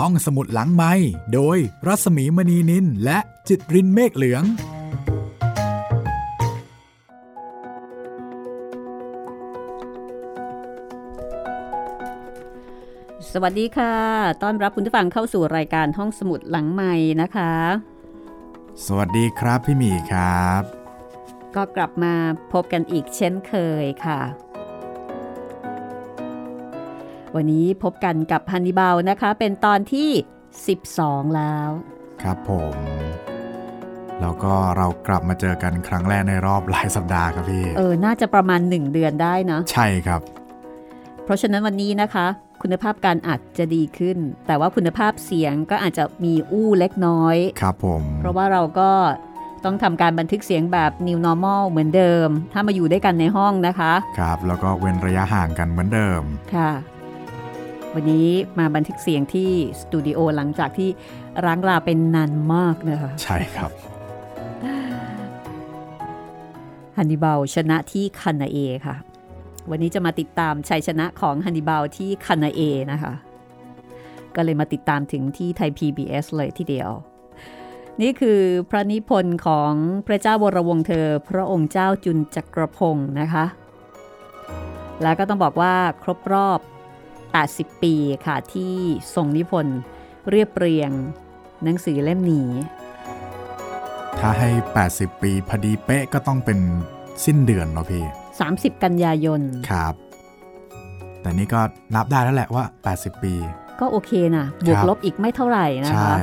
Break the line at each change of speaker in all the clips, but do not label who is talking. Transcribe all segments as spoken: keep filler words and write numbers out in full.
ห้องสมุดหลังไมค์โดยรัศมีมณีนินและจิตรินเมฆเหลือง
สวัสดีค่ะต้อนรับคุณผู้ฟังเข้าสู่รายการห้องสมุดหลังไมค์นะคะ
สวัสดีครับพี่หมีครับ
ก็กลับมาพบกันอีกเช่นเคยค่ะวันนี้พบกันกับฮันนิบาลนะคะเป็นตอนที่สิบสองแล้ว
ครับผมแล้วก็เรากลับมาเจอกันครั้งแรกในรอบหลายสัปดาห์ครับพี่
เออน่าจะประมาณหนึ่งเดือนได้นะ
ใช่ครับ
เพราะฉะนั้นวันนี้นะคะคุณภาพการอัดจะดีขึ้นแต่ว่าคุณภาพเสียงก็อาจจะมีอู้เล็กน้อย
ครับผม
เพราะว่าเราก็ต้องทำการบันทึกเสียงแบบ New Normal เหมือนเดิมถ้ามาอยู่ด้วยกันในห้องนะคะ
ครับแล้วก็เว้นระยะห่างกันเหมือนเดิม
ค่ะวันนี้มาบันทึกเสียงที่สตูดิโอหลังจากที่ร้างราเป็นนานมากนะคะ
ใช่ครับ
ฮันนิบาลชนะที่คานาเอค่ะวันนี้จะมาติดตามชัยชนะของฮันนิบาลที่คานาเอนะคะก็เลยมาติดตามถึงที่ไทย พี บี เอส เลยทีเดียวนี่คือพระนิพนธ์ของพระเจ้าวรวงศ์เธอพระองค์เจ้าจุลจักรพงศ์นะคะแล้วก็ต้องบอกว่าครบรอบแปดสิบปีค่ะที่ทรงนิพนธ์เรียบเรียงหนังสือเล่มนี้
ถ้าให้แปดสิบปีพอดีเป๊ะก็ต้องเป็นสิ้นเดือนเนาะพี่
สามสิบกันยายน
ครับแต่นี่ก็นับได้แล้วแหละว่าแปดสิบปี
ก็โอเคนะบวกลบอีกไม่เท่าไหร่นะคะ
ใช่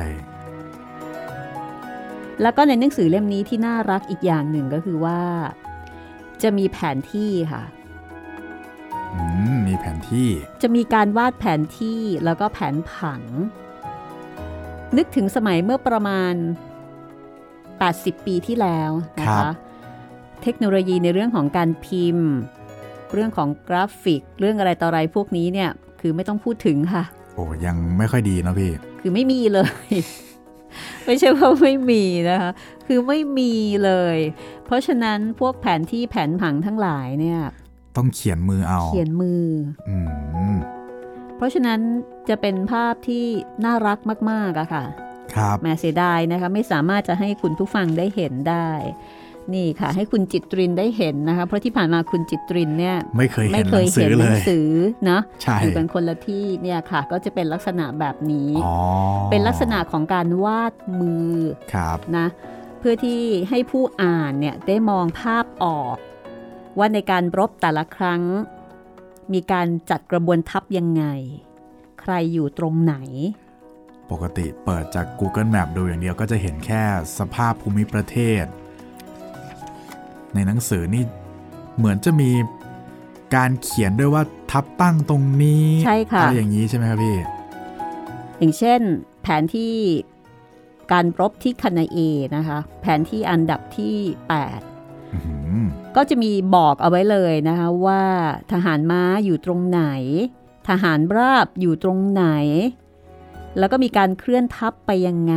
แล้วก็ในหนังสือเล่มนี้ที่น่ารักอีกอย่างหนึ่งก็คือว่าจะมีแผนที่ค่ะ
อืมมีแผนที่
จะมีการวาดแผนที่แล้วก็แผนผังนึกถึงสมัยเมื่อประมาณแปดสิบปีที่แล้วนะคะเทคโนโลยีในเรื่องของการพิมพ์เรื่องของกราฟิกเรื่องอะไรต่ออะไรพวกนี้เนี่ยคือไม่ต้องพูดถึงค่ะ
โอ้ยังไม่ค่อยดีนะพี่
คือไม่มีเลย ไม่ใช่ว่าไม่มีนะคะคือไม่มีเลยเพราะฉะนั้นพวกแผนที่แผนผังทั้งหลายเนี่ย
ต้องเขียนมือเอา
เขียนมืออืมเพราะฉะนั้นจะเป็นภาพที่น่ารักมากๆอะค่ะ
ครับ
แม่เสียดายนะคะไม่สามารถจะให้คุณผู้ฟังได้เห็นได้นี่ค่ะให้คุณจิตรินได้เห็นนะคะเพราะที่ผ่านมาคุณจิตรินเนี่ย
ไม่เคยเห็นหนังสือเลย
เนาะอยู่กันคนละที่เนี่ยค่ะก็จะเป็นลักษณะแบบนี้เป็นลักษณะของการวาดมือนะเพื่อที่ให้ผู้อ่านเนี่ยได้มองภาพออกว่าในการรบแต่ละครั้งมีการจัดกระบวนทัพยังไงใครอยู่ตรงไหน
ปกติเปิดจาก Google Map ดูอย่างเดียวก็จะเห็นแค่สภาพภูมิประเทศในหนังสือนี่เหมือนจะมีการเขียนด้วยว่าทับตั้งตรงนี้
ใช่ค่ะ
อะไรอย่างนี้ใช่ไหมครับพี่
อย่างเช่นแผนที่การรบที่คานาเอนะคะแผนที่อันดับที่แปดก็จะมีบอกเอาไว้เลยนะคะว่าทหารม้าอยู่ตรงไหนทหารราบอยู่ตรงไหนแล้วก็มีการเคลื่อนทัพไปยังไง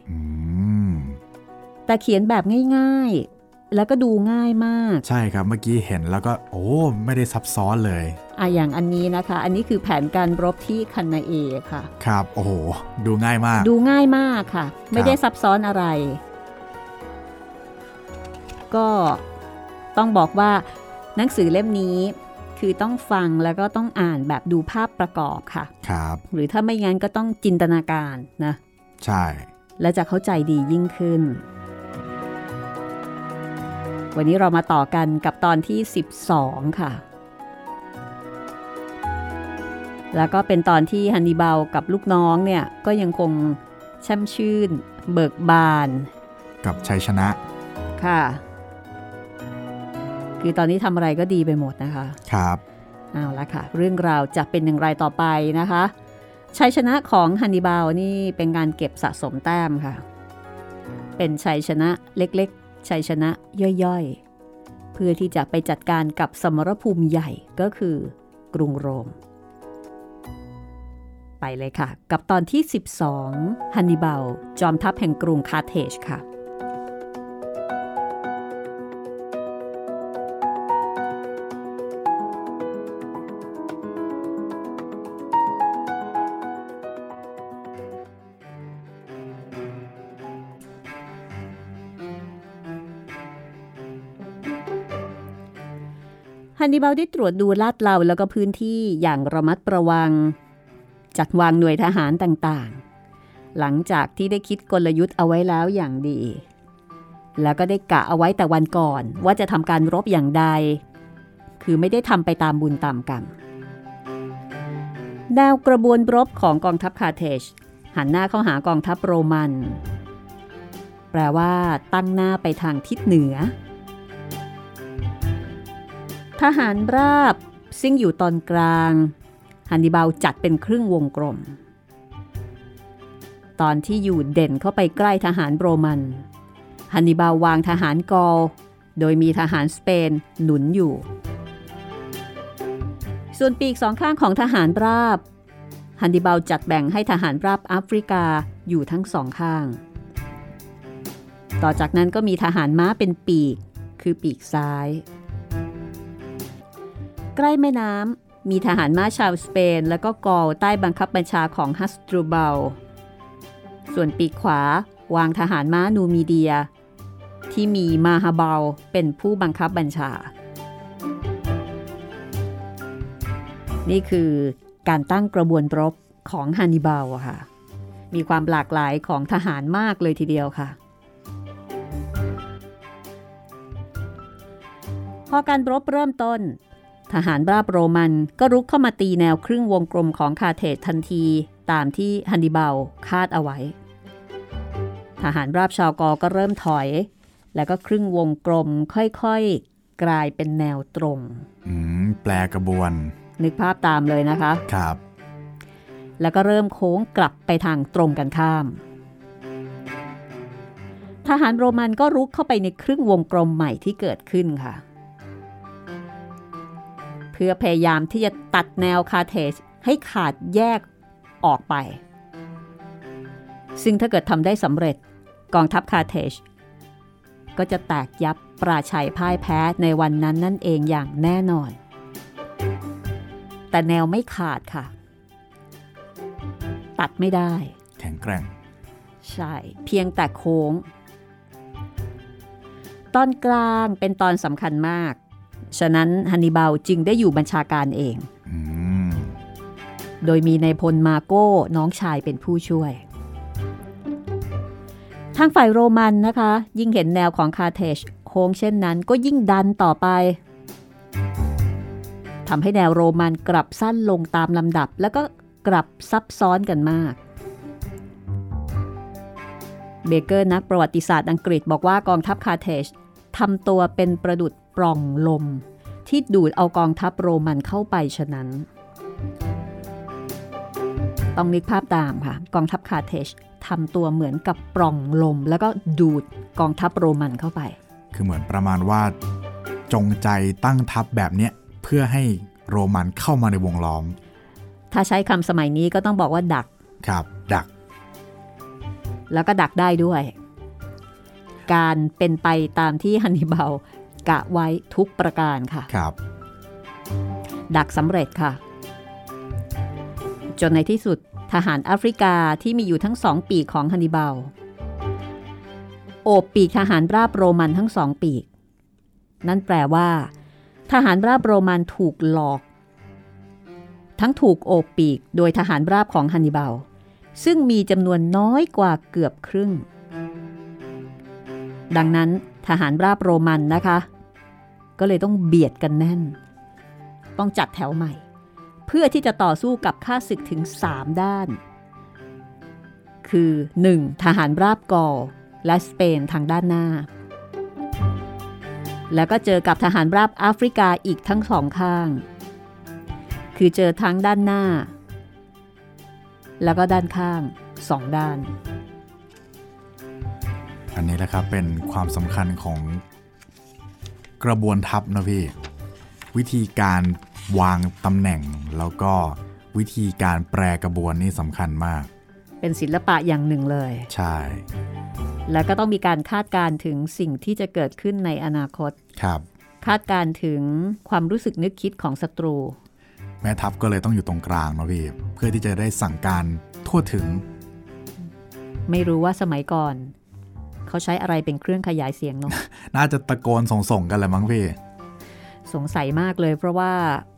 แต่เขียนแบบง่ายๆแล้วก็ดูง่ายมาก
ใช่ครับเมื่อกี้เห็นแล้วก็โอ้ไม่ได้ซับซ้อนเลย
อ่ะอย่างอันนี้นะคะอันนี้คือแผนการรบที่คานาเอค่ะ
ครับโอ้โหดูง่ายมาก
ดูง่ายมากค่ะไม่ได้ซับซ้อนอะไรก็ต้องบอกว่าหนังสือเล่มนี้คือต้องฟังแล้วก็ต้องอ่านแบบดูภาพประกอบค่ะ
ครับ
หรือถ้าไม่งั้นก็ต้องจินตนาการนะ
ใช่
และจะเข้าใจดียิ่งขึ้นวันนี้เรามาต่อกันกับตอนที่สิบสองค่ะแล้วก็เป็นตอนที่ฮันนิบาลกับลูกน้องเนี่ยก็ยังคงแช่มชื่นเบิกบาน
กับชัยชนะ
ค่ะคือตอนนี้ทำอะไรก็ดีไปหมดนะคะ
ครับ
เอาละค่ะเรื่องราวจะเป็นอย่างไรต่อไปนะคะชัยชนะของฮันนิบาลนี่เป็นการเก็บสะสมแต้มค่ะเป็นชัยชนะเล็กๆชัยชนะย่อยๆเพื่อที่จะไปจัดการกับสมรภูมิใหญ่ก็คือกรุงโรมไปเลยค่ะกับตอนที่สิบสองฮันนิบาลจอมทัพแห่งกรุงคาร์เทจค่ะ
ฮ
ฮันนิบาลได้ตรวจดูลาดเลาแล้วก็พื้นที่อย่างระมัดระวังจัดวางหน่วยทหารต่างๆหลังจากที่ได้คิดกลยุทธ์เอาไว้แล้วอย่างดีแล้วก็ได้กะเอาไว้แต่วันก่อนว่าจะทำการรบอย่างใดคือไม่ได้ทำไปตามบุญตามกรรมแนวกระบวนรบของกองทัพคาร์เทจหันหน้าเข้าหากองทัพโรมันแปลว่าตั้งหน้าไปทางทิศเหนือทหารราบซึ่งอยู่ตอนกลางฮันนิบาลจัดเป็นครึ่งวงกลมตอนที่อยู่เด่นเข้าไปใกล้ทหารโรมันฮันนิบาลวางทหารกอลโดยมีทหารสเปนหนุนอยู่ส่วนปีกสองข้างของทหารราบฮันนิบาลจัดแบ่งให้ทหารราบแอฟริกาอยู่ทั้งสองข้างต่อจากนั้นก็มีทหารม้าเป็นปีกคือปีกซ้ายใกล้แม่น้ำมีทหารม้าชาวสเปนและก็กอลใต้บังคับบัญชาของฮัสตรูเบลส่วนปีกขวาวางทหารม้านูมีเดียที่มีมาฮาเบลเป็นผู้บังคับบัญชานี่คือการตั้งกระบวนรบของฮันนิบาลอะค่ะมีความหลากหลายของทหารมากเลยทีเดียวค่ะพอการรบเริ่มต้นทหารราบโรมันก็รุกเข้ามาตีแนวครึ่งวงกลมของคาร์เทจทันทีตามที่ฮันนิบาลคาดเอาไว้ทหารราบชาวกอก็เริ่มถอยแล้วก็ครึ่งวงกลมค่อยๆกลายเป็นแนวตรง
อืมแปลกระบวน
นึกภาพตามเลยนะคะ
ครับ
แล้วก็เริ่มโค้งกลับไปทางตรงกันข้ามทหารโรมันก็รุกเข้าไปในครึ่งวงกลมใหม่ที่เกิดขึ้นค่ะเพื่อพยายามที่จะตัดแนวคาร์เทจให้ขาดแยกออกไปซึ่งถ้าเกิดทำได้สำเร็จกองทัพคาร์เทจก็จะแตกยับปราชัยพ่ายแพ้ในวันนั้นนั่นเองอย่างแน่นอนแต่แนวไม่ขาดค่ะตัดไม่ได้
แข็งแกร่ง
ใช่เพียงแต่โค้งตอนกลางเป็นตอนสำคัญมากฉะนั้นฮันนิบาลจึงได้อยู่บัญชาการเองโดยมีนายพลมาโก้น้องชายเป็นผู้ช่วยทางฝ่ายโรมันนะคะยิ่งเห็นแนวของคาร์เทจโค้งเช่นนั้นก็ยิ่งดันต่อไปทำให้แนวโรมันกลับสั้นลงตามลำดับแล้วก็กลับซับซ้อนกันมากเบเกอร์นักประวัติศาสตร์อังกฤษบอกว่ากองทัพคาร์เทจทำตัวเป็นประดุจปล่องลมที่ดูดเอากองทัพโรมันเข้าไปฉะนั้นต้องนึกภาพตามค่ะกองทัพคาร์เทจทำตัวเหมือนกับปล่องลมแล้วก็ดูดกองทัพโรมันเข้าไป
คือเหมือนประมาณว่าจงใจตั้งทัพแบบเนี้ยเพื่อให้โรมันเข้ามาในวงล้อม
ถ้าใช้คำสมัยนี้ก็ต้องบอกว่าดัก
ครับดัก
แล้วก็ดักได้ด้วยการเป็นไปตามที่ฮันนิบาลกะไว้ทุกประการค่ะ
ครับ
ดักสำเร็จค่ะจนในที่สุดทหารแอฟริกาที่มีอยู่ทั้งสองปีกของฮันนิบาลโอบปีกทหารราบโรมันทั้งสองปีกนั่นแปลว่าทหารราบโรมันถูกหลอกทั้งถูกโอบปีกโดยทหารราบของฮันนิบาลซึ่งมีจำนวนน้อยกว่าเกือบครึ่งดังนั้นทหารราบโรมันนะคะก็เลยต้องเบียดกันแน่นต้องจัดแถวใหม่เพื่อที่จะต่อสู้กับข้าศึกถึงสามด้านคือ หนึ่ง. ทหารราบกอลและสเปนทางด้านหน้าแล้วก็เจอกับทหารราบแอฟริกาอีกทั้งสองข้างคือเจอทั้งด้านหน้าแล้วก็ด้านข้างสองด้าน
อันนี้แหละครับเป็นความสำคัญของกระบวนทัพนะพี่วิธีการวางตำแหน่งแล้วก็วิธีการแปรกระบวนนี่สำคัญมาก
เป็นศิลปะอย่างหนึ่งเลย
ใช่
แล้วก็ต้องมีการคาดการณ์ถึงสิ่งที่จะเกิดขึ้นในอนาคต
ครับ
คาดการณ์ถึงความรู้สึกนึกคิดของศัตรู
แม่ทัพก็เลยต้องอยู่ตรงกลางนะพี่เพื่อที่จะได้สั่งการทั่วถึง
ไม่รู้ว่าสมัยก่อนเขาใช้อะไรเป็นเครื่องขยายเสียงเนาะ
น่าจะตะโกนส่งๆกันแหละมั้งพี่
สงสัยมากเลยเพราะว่า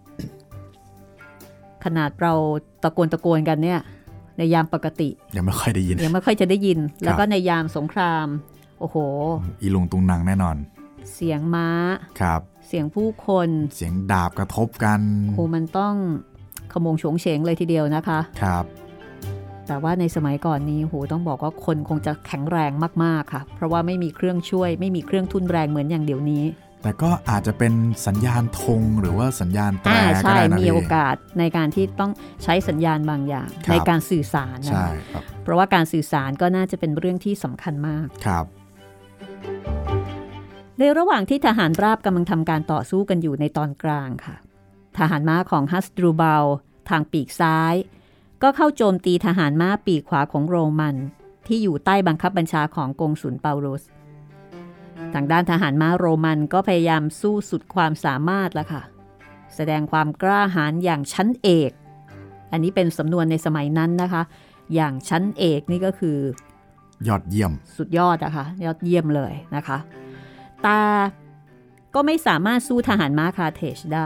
ขนาดเราตะโกนตะโกนกันเนี่ยในยามปกติ
ยังไม่ค่อยได้ยิน
ยังไม่ค่อยจะได้ยินแล้วก็ในยามสงครามโอ้โห
อีลุงตุงนังแน่นอน
เสียงม้า
ครับ
เสียงผู้คน
เสียงดาบกระทบกัน
โอ้มันต้องขโมงโฉงเฉงเลยทีเดียวนะคะ
ครับ
แต่ว่าในสมัยก่อนนี้โหต้องบอกว่าคนคงจะแข็งแรงมากๆค่ะเพราะว่าไม่มีเครื่องช่วยไม่มีเครื่องทุ่นแรงเหมือนอย่างเดี๋ยวนี้
แต่ก็อาจจะเป็นสัญญาณธงหรือว่าสัญญาณแตรก็ได้นะ
มีโอกาสในการที่ต้องใช้สัญญาณบางอย่างในการสื่อสารนะเพราะว่าการสื่อสารก็น่าจะเป็นเรื่องที่สำคัญมาก
ครับ
ในระหว่างที่ทหารราบกำลังทำการต่อสู้กันอยู่ในตอนกลางค่ะทหารม้าของฮัสดรูเบลทางปีกซ้ายก็เข้าโจมตีทหารม้าปีกขวาของโรมันที่อยู่ใต้บังคับบัญชาของกงสุลเปาโลสทางด้านทหารม้าโรมันก็พยายามสู้สุดความสามารถแล้วค่ะแสดงความกล้าหาญอย่างชั้นเอกอันนี้เป็นสำนวนในสมัยนั้นนะคะอย่างชั้นเอกนี่ก็คือย
อดเยี่ยม
สุดยอดนะคะยอดเยี่ยมเลยนะคะแต่ก็ไม่สามารถสู้ทหารม้าคาร์เทจได้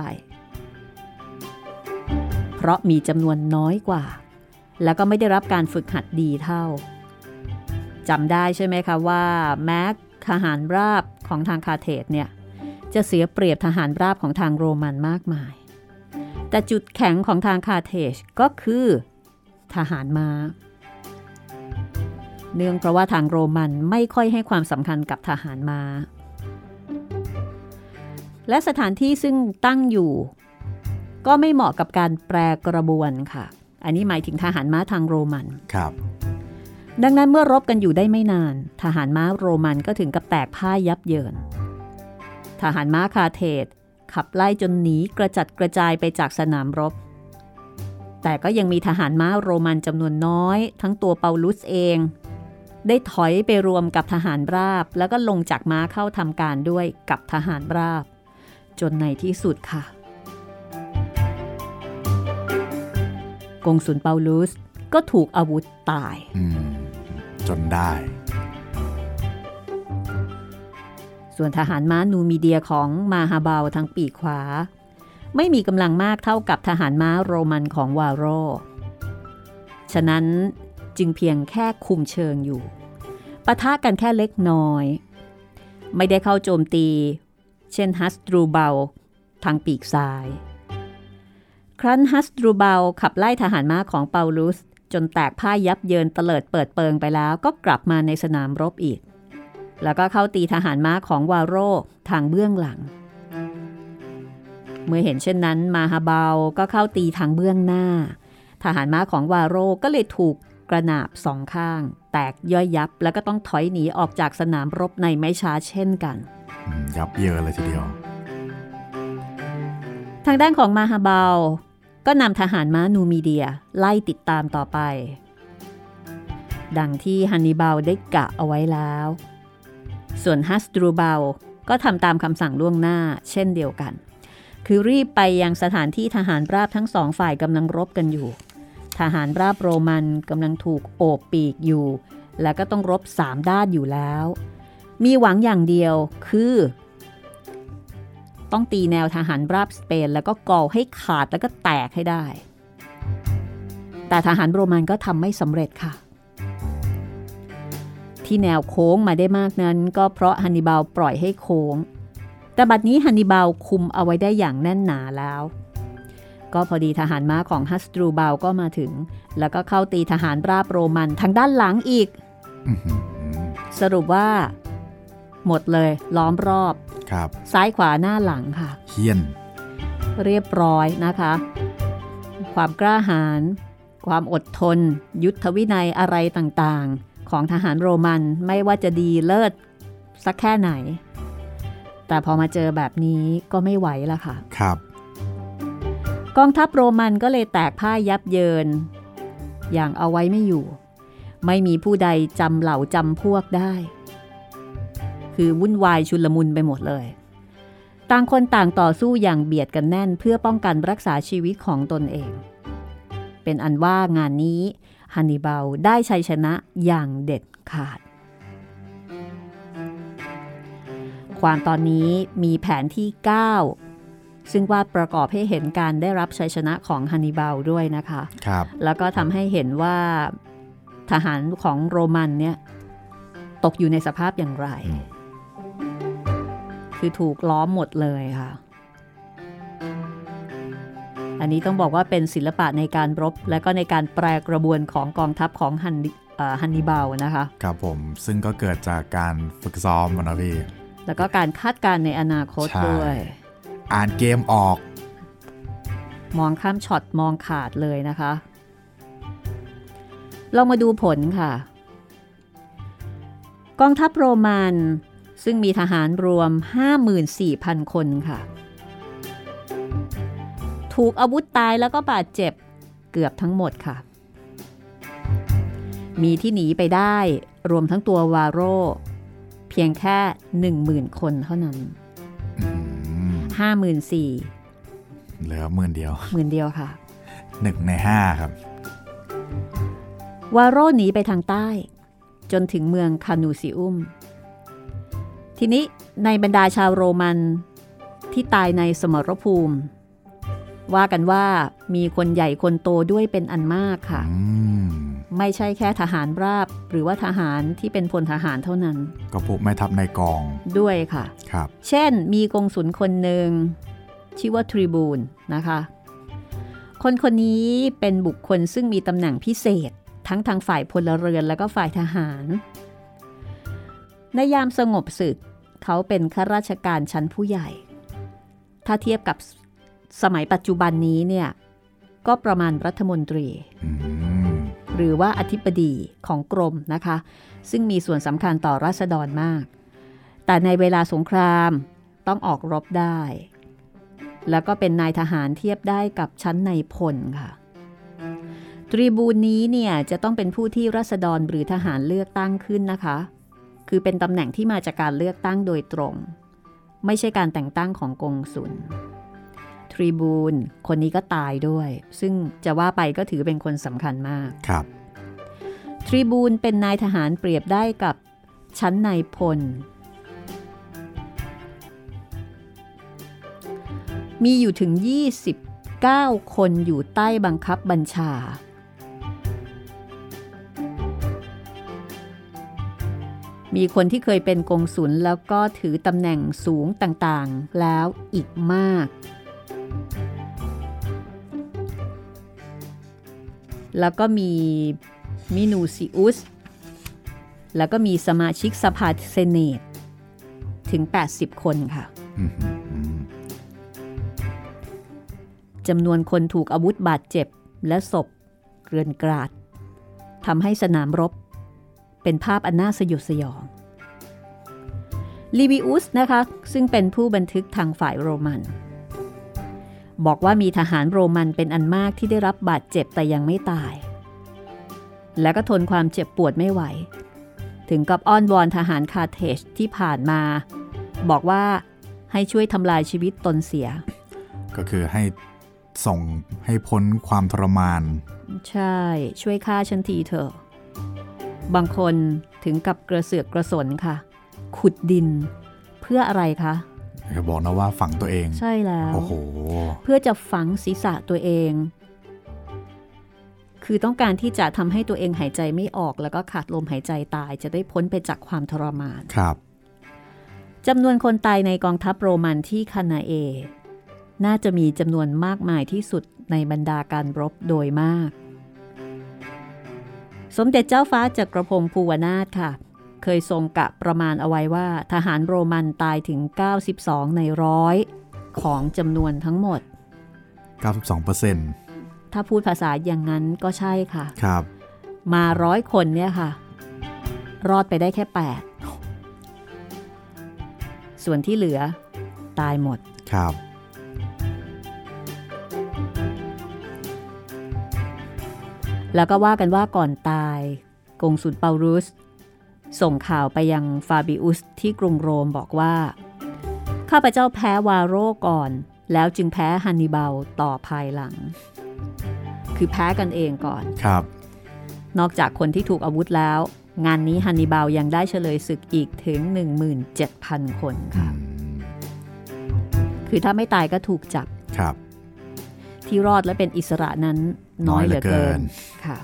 เพราะมีจำนวนน้อยกว่าแล้วก็ไม่ได้รับการฝึกหัดดีเท่าจำได้ใช่ไหมคะว่าแม้ทหารราบของทางคาร์เทจเนี่ยจะเสียเปรียบทหารราบของทางโรมันมากมายแต่จุดแข็งของทางคาร์เทจก็คือทหารม้าเนื่องเพราะว่าทางโรมันไม่ค่อยให้ความสำคัญกับทหารม้าและสถานที่ซึ่งตั้งอยู่ก็ไม่เหมาะกับการแปรกระบวนค่ะอันนี้หมายถึงทหารม้าทางโรมัน
ครับ
ดังนั้นเมื่อรบกันอยู่ได้ไม่นานทหารม้าโรมันก็ถึงกับแตกพ่ายยับเยินทหารม้าคาร์เทจขับไล่จนหนีกระจัดกระจายไปจากสนามรบแต่ก็ยังมีทหารม้าโรมันจำนวนน้อยทั้งตัวเปาลุสเองได้ถอยไปรวมกับทหารราบแล้วก็ลงจากม้าเข้าทำการด้วยกับทหารราบจนในที่สุดค่ะกงสุลเปาลุสก็ถูกอาวุธตาย
จนได้
ส่วนทหารม้านูมีเดียของมาฮาเบลทางปีกขวาไม่มีกำลังมากเท่ากับทหารม้าโรมันของวาโรฉะนั้นจึงเพียงแค่คุมเชิงอยู่ปะทะกันแค่เล็กน้อยไม่ได้เข้าโจมตีเช่นฮัสดรูเบลทางปีกซ้ายครั้นฮัสดรูเบลขับไล่ทหารม้าของเปาลุสจนแตกพ่ายยับเยินเตลิดเปิดเปิงไปแล้วก็กลับมาในสนามรบอีกแล้วก็เข้าตีทหารม้าของวาโรทางเบื้องหลังเมื่อเห็นเช่นนั้นมาฮาเบลก็เข้าตีทางเบื้องหน้าทหารม้าของวาโรก็เลยถูกกระหนาบสองข้างแตกย่อยยับแล้วก็ต้องถอยหนีออกจากสนามรบในไม่ช้าเช่นกัน
ยับเยินเลยทีเดียว
ทางด้านของมาฮาเบลก็นำทหารม้านูมีเดียไล่ติดตามต่อไปดังที่ฮันนิบาลได้กะเอาไว้แล้วส่วนฮัสดรูเบลก็ทำตามคำสั่งล่วงหน้าเช่นเดียวกันคือรีบไปยังสถานที่ทหารราบทั้งสองฝ่ายกำลังรบกันอยู่ทหารราบโรมันกำลังถูกโอบปีกอยู่แล้วก็ต้องรบสามด้านอยู่แล้วมีหวังอย่างเดียวคือต้องตีแนวทหารราบสเปนแล้วก็ก่อให้ขาดแล้วก็แตกให้ได้แต่ทหารโรมันก็ทำไม่สำเร็จค่ะที่แนวโค้งมาได้มากนั้นก็เพราะฮันนิบาลปล่อยให้โค้งแต่บัดนี้ฮันนิบาลคุมเอาไว้ได้อย่างแน่นหนาแล้วก็พอดีทหารม้าของฮัสดรูเบลก็มาถึงแล้วก็เข้าตีทหารราบโรมันทางด้านหลังอีก สรุปว่าหมดเลยล้อมรอบซ้ายขวาหน้าหลังค่ะ
เฮี้ยน
เรียบร้อยนะคะความกล้าหาญความอดทนยุทธวินัยอะไรต่างๆของทหารโรมันไม่ว่าจะดีเลิศสักแค่ไหนแต่พอมาเจอแบบนี้ก็ไม่ไหวละค่ะ
ครับ
กองทัพโรมันก็เลยแตกพ่ายยับเยินอย่างเอาไว้ไม่อยู่ไม่มีผู้ใดจำเหล่าจำพวกได้คือวุ่นวายชุลมุนไปหมดเลยต่างคนต่างต่อสู้อย่างเบียดกันแน่นเพื่อป้องกันรักษาชีวิตของตนเองเป็นอันว่างานนี้ฮันนิบาลได้ชัยชนะอย่างเด็ดขาดความตอนนี้มีแผนที่เก้าซึ่งวาดประกอบให้เห็นการได้รับชัยชนะของฮันนิบาลด้วยนะคะ
ครับ
แล้วก็ทำให้เห็นว่าทหารของโรมันเนี่ยตกอยู่ในสภาพอย่างไรคือถูกล้อมหมดเลยค่ะอันนี้ต้องบอกว่าเป็นศิลปะในการรบและก็ในการแปรกระบวนของกองทัพของฮันฮันนิบาลนะคะ
ครับผมซึ่งก็เกิดจากการฝึกซ้อมนะพี่
แล้วก็การคาดการณ์ในอนาคตด้วย
อ่านเกมออก
มองข้ามช็อตมองขาดเลยนะคะลองมาดูผลค่ะกองทัพโรมันซึ่งมีทหารรวม ห้าหมื่นสี่พัน คนค่ะถูกอาวุธตายแล้วก็บาดเจ็บเกือบทั้งหมดค่ะมีที่หนีไปได้รวมทั้งตัววาโรเพียงแค่ หนึ่งหมื่น คนเท่านั้น ห้าหมื่นสี่พัน
เหลือหมื่นเดียว
หมื่นเดียวค่ะ
หนึ่งในห้าครับ
วาโรหนีไปทางใต้จนถึงเมืองคานูซิอุมทีนี้ในบรรดาชาวโรมันที่ตายในสมรภูมิว่ากันว่ามีคนใหญ่คนโตด้วยเป็นอันมากค่ะไม่ใช่แค่ทหารราบหรือว่าทหารที่เป็นพลทหารเท่านั้น
ก็พวกแม่ทัพในกอง
ด้วยค่ะ
ครับ
เช่นมีกงสุลคนหนึ่งชื่อว่าทริบูนนะคะคนคนนี้เป็นบุคคลซึ่งมีตำแหน่งพิเศษทั้งทางฝ่ายพลเรือนและก็ฝ่ายทหารในยามสงบศึกเขาเป็นข้าราชการชั้นผู้ใหญ่ถ้าเทียบกับสมัยปัจจุบันนี้เนี่ยก็ประมาณรัฐมนตรีหรือว่าอธิบดีของกรมนะคะซึ่งมีส่วนสำคัญต่อราษฎรมากแต่ในเวลาสงครามต้องออกรบได้แล้วก็เป็นนายทหารเทียบได้กับชั้นนายพลค่ะตรีบูนนี้เนี่ยจะต้องเป็นผู้ที่ราษฎรหรือทหารเลือกตั้งขึ้นนะคะคือเป็นตำแหน่งที่มาจากการเลือกตั้งโดยตรงไม่ใช่การแต่งตั้งของกงสุลทรีบูนคนนี้ก็ตายด้วยซึ่งจะว่าไปก็ถือเป็นคนสำคัญมาก
ครับ
ทรีบูนเป็นนายทหารเปรียบได้กับชั้นนายพลมีอยู่ถึงยี่สิบเก้าคนอยู่ใต้บังคับบัญชามีคนที่เคยเป็นกงสุลแล้วก็ถือตำแหน่งสูงต่างๆแล้วอีกมากแล้วก็มีมินูซิอุสแล้วก็มีสมาชิกสภาเซเนตถึงแปดสิบคนค่ะจำนวนคนถูกอาวุธบาดเจ็บและศพเกลื่อนกราดทำให้สนามรบเป็นภาพอันน่าสยดสยองลิวิอุสนะคะซึ่งเป็นผู้บันทึกทางฝ่ายโรมันบอกว่ามีทหารโรมันเป็นอันมากที่ได้รับบาดเจ็บแต่ยังไม่ตายและก็ทนความเจ็บปวดไม่ไหวถึงกับอ้อนวอนทหารคาร์เทจที่ผ่านมาบอกว่าให้ช่วยทำลายชีวิตตนเสีย
ก็คือให้ส่งให้พ้นความทรมาน
ใช่ช่วยฆ่าฉันทีเถอะบางคนถึงกับกระเสือกกระสนค่ะขุดดินเพื่ออะไรคะ
อย่าบอกนะว่าฝังตัวเอง
ใช่แล้ว
โอ้โห
เพื่อจะฝังศีรษะตัวเองคือต้องการที่จะทำให้ตัวเองหายใจไม่ออกแล้วก็ขาดลมหายใจตายจะได้พ้นไปจากความทรมาน
ครับ
จำนวนคนตายในกองทัพโรมันที่คานาเอน่าจะมีจำนวนมากมายที่สุดในบรรดาการรบโดยมากสมเด็จเจ้าฟ้าจักรพงศ์ภูวนาถค่ะเคยทรงกะประมาณเอาไว้ว่าทหารโรมันตายถึงเก้าสิบสองในร้อยของจำนวนทั้งหมด
เก้าสิบสองเปอร์เซ็นต์
ถ้าพูดภาษาอย่างนั้นก็ใช่ค่ะ
ครับ
มาร้อยคนเนี่ยค่ะรอดไปได้แค่แปดส่วนที่เหลือตายหมด
ครับ
แล้วก็ว่ากันว่าก่อนตายกงสุลเปาลุสส่งข่าวไปยังฟาบิอุสที่กรุงโรมบอกว่าข้าพเจ้าแพ้วาโรก่อนแล้วจึงแพ้ฮันนิบาลต่อภายหลังคือแพ้กันเองก่อน
ครับ
นอกจากคนที่ถูกอาวุธแล้วงานนี้ฮันนิบาลยังได้เฉลยศึกอีกถึง หนึ่งหมื่นเจ็ดพัน คนค่ะคือถ้าไม่ตายก็ถูกจับ
ครับ
ที่รอดและเป็นอิสระนั้นน้อยเหลือเกินค่ะ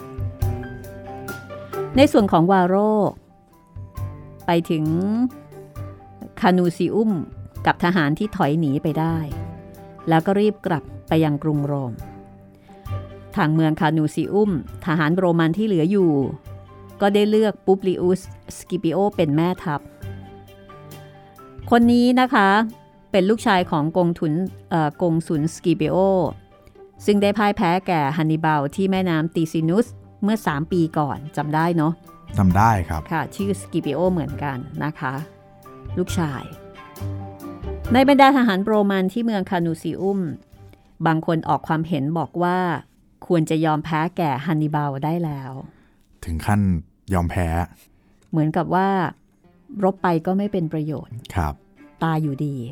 ในส่วนของวาโรไปถึงคานูซิอุมกับทหารที่ถอยหนีไปได้แล้วก็รีบกลับไปยังกรุงโรมทางเมืองคานูซิอุมทหารโรมันที่เหลืออยู่ก็ได้เลือกปุบลิอุสสกิปิโอเป็นแม่ทัพคนนี้นะคะเป็นลูกชายของกงทุนกงสุลสกิปิโอซึ่งได้พ่ายแพ้แก่ฮันนิบาลที่แม่น้ำติซินุสเมื่อสามปีก่อนจำได้เนาะ
จำได้ครับ
ค่ะชื่อสกิปิโอเหมือนกันนะคะลูกชายในบรรดาทหารโรมันที่เมืองคานูซิอุมบางคนออกความเห็นบอกว่าควรจะยอมแพ้แก่ฮันนิบาลได้แล้ว
ถึงขั้นยอมแพ้
เหมือนกับว่ารบไปก็ไม่เป็นประโยชน์
ครับ
ตายอยู่ดี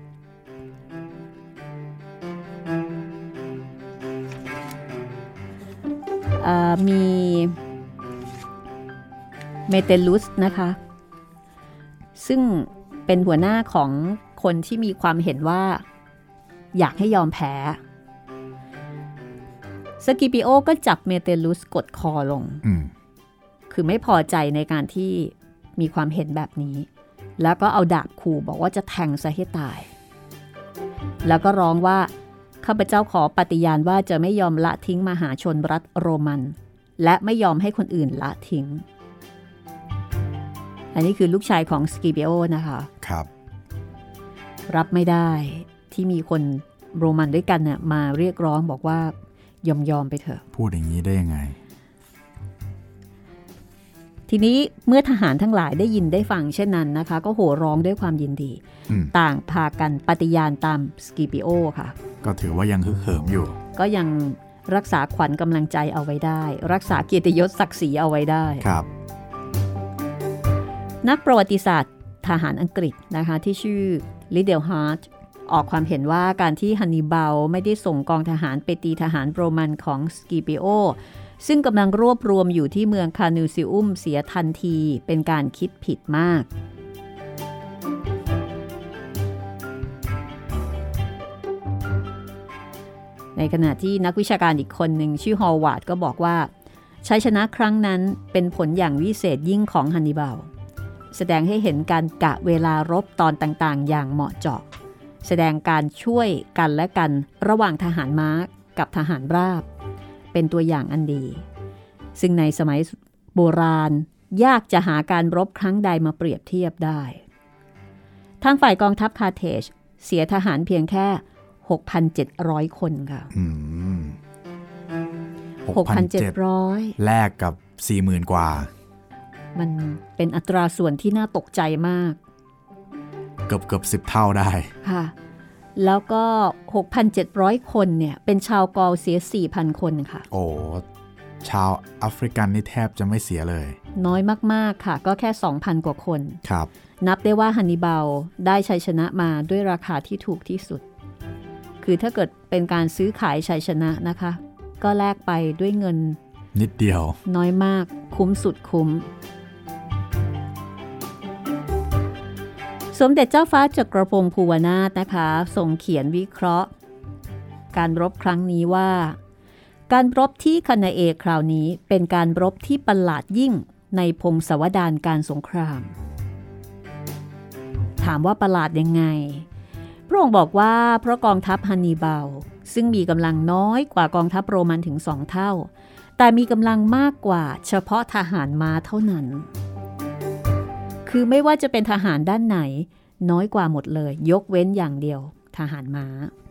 มีเมเตลุสนะคะซึ่งเป็นหัวหน้าของคนที่มีความเห็นว่าอยากให้ยอมแพ้สกิปิโอก็จับเมเตลุสกดคอลงคือไม่พอใจในการที่มีความเห็นแบบนี้แล้วก็เอาดาบขู่บอกว่าจะแทงซะให้ตายแล้วก็ร้องว่าข้าพเจ้าขอปฏิญาณว่าจะไม่ยอมละทิ้งมหาชนรัฐโรมันและไม่ยอมให้คนอื่นละทิ้งอันนี้คือลูกชายของสกิปิโอนะคะ
ครับ
รับไม่ได้ที่มีคนโรมันด้วยกันน่ะมาเรียกร้องบอกว่ายอมยอมไปเถอะ
พูดอย่างนี้ได้ยังไง
ทีนี้เมื่อทหารทั้งหลายได้ยินได้ฟังเช่นนั้นนะคะก็โห่ร้องด้วยความยินดีต่างพากันปฏิญาณตามสกิปิโอค่ะ
ก็ถือว่ายังฮึกเหิมอยู่
ก็ยังรักษาขวัญกำลังใจเอาไว้ได้รักษาเกียรติยศศักดิ์ศรีเอาไว้ได้
ครับ
นักประวัติศาสตร์ทหารอังกฤษนะคะที่ชื่อลิเดลฮาร์ทออกความเห็นว่าการที่ฮันนิบาลไม่ได้ส่งกองทหารไปตีทหารโรมันของสกิปิโอซึ่งกำลังรวบรวมอยู่ที่เมืองคานูซิอุมเสียทันทีเป็นการคิดผิดมากในขณะที่นักวิชาการอีกคนหนึ่งชื่อฮอลวาร์ดก็บอกว่าชัยชนะครั้งนั้นเป็นผลอย่างวิเศษยิ่งของฮันนิบาลแสดงให้เห็นการกะเวลารบตอนต่างๆอย่างเหมาะเจาะแสดงการช่วยกันและกันระหว่างทหารม้ากับทหารราบเป็นตัวอย่างอันดีซึ่งในสมัยโบราณยากจะหาการรบครั้งใดมาเปรียบเทียบได้ทางฝ่ายกองทัพคาร์เทจเสียทหารเพียงแค่ หกพันเจ็ดร้อย คนค่ะหกพันเจ็ดร้อย
แลกกับ สี่หมื่น กว่า
มันเป็นอัตราส่วนที่น่าตกใจมาก
เกือบเกือบสิบเท่าได้
ค่ะแล้วก็ หกพันเจ็ดร้อย คนเนี่ยเป็นชาวกอลเสีย สี่พัน คนค่ะ
โอ้ชาวแอฟริกันนี่แทบจะไม่เสียเลย
น้อยมากๆค่ะก็แค่ สองพัน กว่าคน
ครับ
นับได้ว่าฮันนิบาลได้ชัยชนะมาด้วยราคาที่ถูกที่สุดคือถ้าเกิดเป็นการซื้อขายชัยชนะนะคะก็แลกไปด้วยเงิน
นิดเดียว
น้อยมากคุ้มสุดคุ้มสมเด็จเจ้าฟ้าจักรพงศ์ภูวนาถนะคะทรงเขียนวิเคราะห์การรบครั้งนี้ว่าการรบที่คานาเอคราวนี้เป็นการรบที่ประหลาดยิ่งในพงศาวดารการสงครามถามว่าประหลาดยังไงพระองค์บอกว่าเพราะกองทัพฮันนิบาลซึ่งมีกำลังน้อยกว่ากองทัพโรมันถึงสองเท่าแต่มีกำลังมากกว่าเฉพาะทหารม้าเท่านั้นคือไม่ว่าจะเป็นทหารด้านไหนน้อยกว่าหมดเลยยกเว้นอย่างเดียวทหารม้า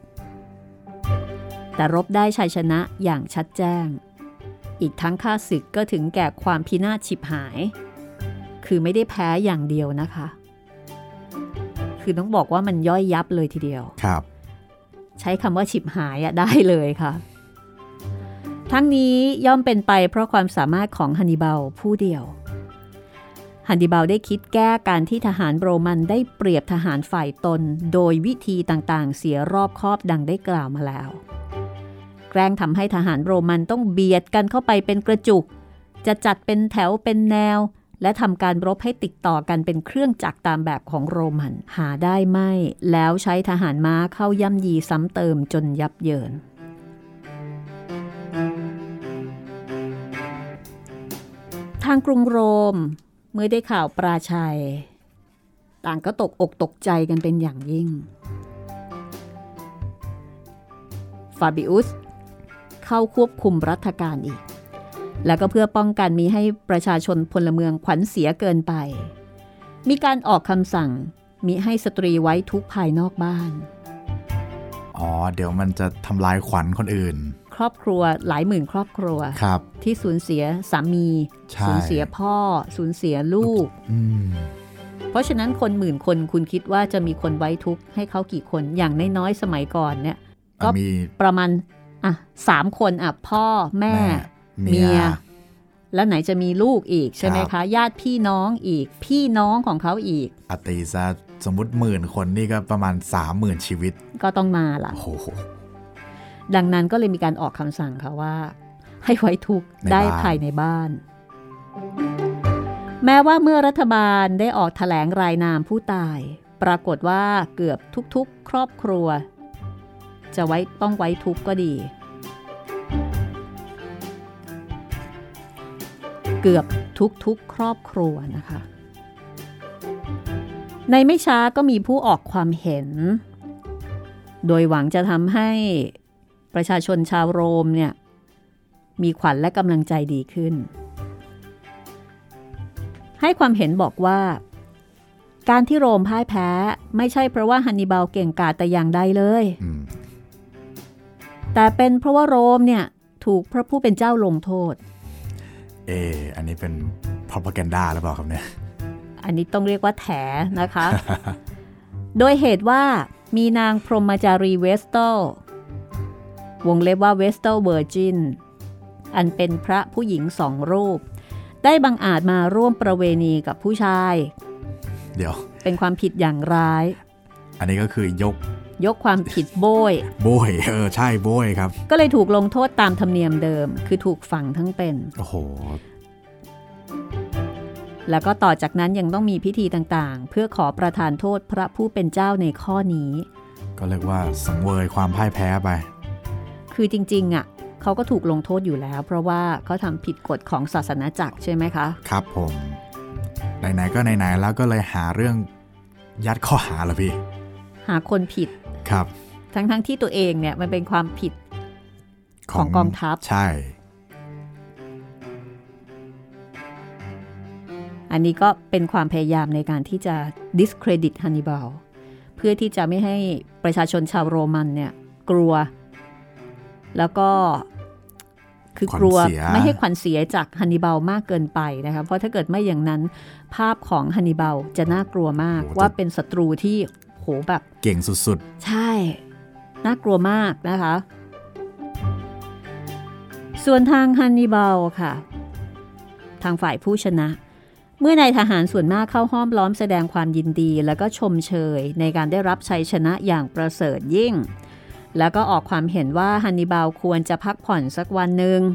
แต่รบได้ชัยชนะอย่างชัดแจ้งอีกทั้งข้าศึกก็ถึงแก่ความพินาศฉิบหายคือไม่ได้แพ้อย่างเดียวนะคะคือต้องบอกว่ามันย่อยยับเลยทีเดียว
ครับ
ใช้คำว่าฉิบหายอะได้เลยค่ะทั้งนี้ย่อมเป็นไปเพราะความสามารถของฮันนิบาลผู้เดียวฮันนิบาลได้คิดแก้การที่ทหารโรมันได้เปรียบทหารฝ่ายตนโดยวิธีต่างๆเสียรอบคอบดังได้กล่าวมาแล้วแกล้งทำให้ทหารโรมันต้องเบียดกันเข้าไปเป็นกระจุกจะจัดเป็นแถวเป็นแนวและทำการรบให้ติดต่อกันเป็นเครื่องจักรตามแบบของโรมันหาได้ไม่แล้วใช้ทหารม้าเข้าย่ำยีซ้ำเติมจนยับเยินทางกรุงโรมเมื่อได้ข่าวปราชัยต่างก็ตกอกตกใจกันเป็นอย่างยิ่งฟาบิอุสเข้าควบคุมรัฐการอีกแล้วก็เพื่อป้องกันมิให้ประชาชนพลเมืองขวัญเสียเกินไปมีการออกคำสั่งมิให้สตรีไว้ทุกข์ภายนอกบ้าน
อ๋อเดี๋ยวมันจะทำลายขวัญคนอื่น
ครอบครัวหลายหมื่นครอบครัวที่สูญเสียสามีสูญเสียพ่อสูญเสียลูกเพราะฉะนั้นคนหมื่นคนคุณคิดว่าจะมีคนไว้ทุกข์ให้เขากี่คนอย่างน้อยๆสมัยก่อนเนี่ยก็ประมาณอ่ะสามคนอ่ะพ่อแม่เมียแล้วไหนจะมีลูกอีกใช่ไหมคะญาติพี่น้องอีกพี่น้องของเขาอีก
อตีซะสมมุติหมื่นคนนี่ก็ประมาณสามหมื่นชีวิต
ก็ต้องมาล่ะดังนั้นก็เลยมีการออกคำสั่งค่ะว่าให้ไว้ทุกข์ได้ภายในบ้านแม้ว่าเมื่อรัฐบาลได้ออกแถลงรายนามผู้ตายปรากฏว่าเกือบทุกๆครอบครัวจะไว้ต้องไว้ทุกข์ก็ดีเกือบทุกๆครอบครัวนะคะในไม่ช้าก็มีผู้ออกความเห็นโดยหวังจะทำให้ประชาชนชาวโรมเนี่ยมีขวัญและกำลังใจดีขึ้นให้ความเห็นบอกว่าการที่โรมพ่ายแพ้ไม่ใช่เพราะว่าฮันนิบาลเก่งกาจแต่อย่างใดเลยแต่เป็นเพราะว่าโรมเนี่ยถูกพระผู้เป็นเจ้าลงโทษ
เอออันนี้เป็น propaganda หรือเปล่าครับเนี่ย
อันนี้ต้องเรียกว่าแถนะคะ โดยเหตุว่ามีนางพรหมจารีเวสเตลวงเล็บว่าเวสเตลเวอร์จินอันเป็นพระผู้หญิงสองรูปได้บังอาจมาร่วมประเวณีกับผู้ชาย
เดี๋ยว
เป็นความผิดอย่างร้าย
อันนี้ก็คือยก
ยกความผิดโบย
โบยเออใช่โบยครับ
ก็เลยถูกลงโทษตามธรรมเนียมเดิมคือถูกฝังทั้งเป็น
โอ้โห
แล้วก็ต่อจากนั้นยังต้องมีพิธีต่างๆเพื่อขอประทานโทษพระผู้เป็นเจ้าในข้อนี้
ก็เรียกว่าสังเวยความพ่ายแพ้ไป
คือจริงๆอ่ะเขาก็ถูกลงโทษอยู่แล้วเพราะว่าเขาทำผิดกฎของศาสนาจักรใช่ไหมคะ
ครับผมไหนๆก็ไหนๆแล้วก็เลยหาเรื่องยัดข้อหาละพี่
หาคนผิด
ครับ
ทั้งๆที่ตัวเองเนี่ยมันเป็นความผิดของกองทัพ
ใช่
อันนี้ก็เป็นความพยายามในการที่จะ discredit ฮันนิบาลเพื่อที่จะไม่ให้ประชาชนชาวโรมันเนี่ยกลัวแล้วก็คือกลัวไม่ให้ขวัญเสียจากฮันนิบาลมากเกินไปนะคะเพราะถ้าเกิดไม่อย่างนั้นภาพของฮันนิบาลจะน่ากลัวมากว่าเป็นศัตรูที่โหแบบ
เก่งสุด
ๆใช่น่ากลัวมากนะคะส่วนทางฮันนิบาลค่ะทางฝ่ายผู้ชนะเมื่อนายทหารส่วนมากเข้าห้อมล้อมแสดงความยินดีแล้วก็ชมเชยในการได้รับชัยชนะอย่างประเสริฐยิ่งแล้วก็ออกความเห็นว่าฮันนิบาลควรจะพักผ่อนสักวันหนึ่ง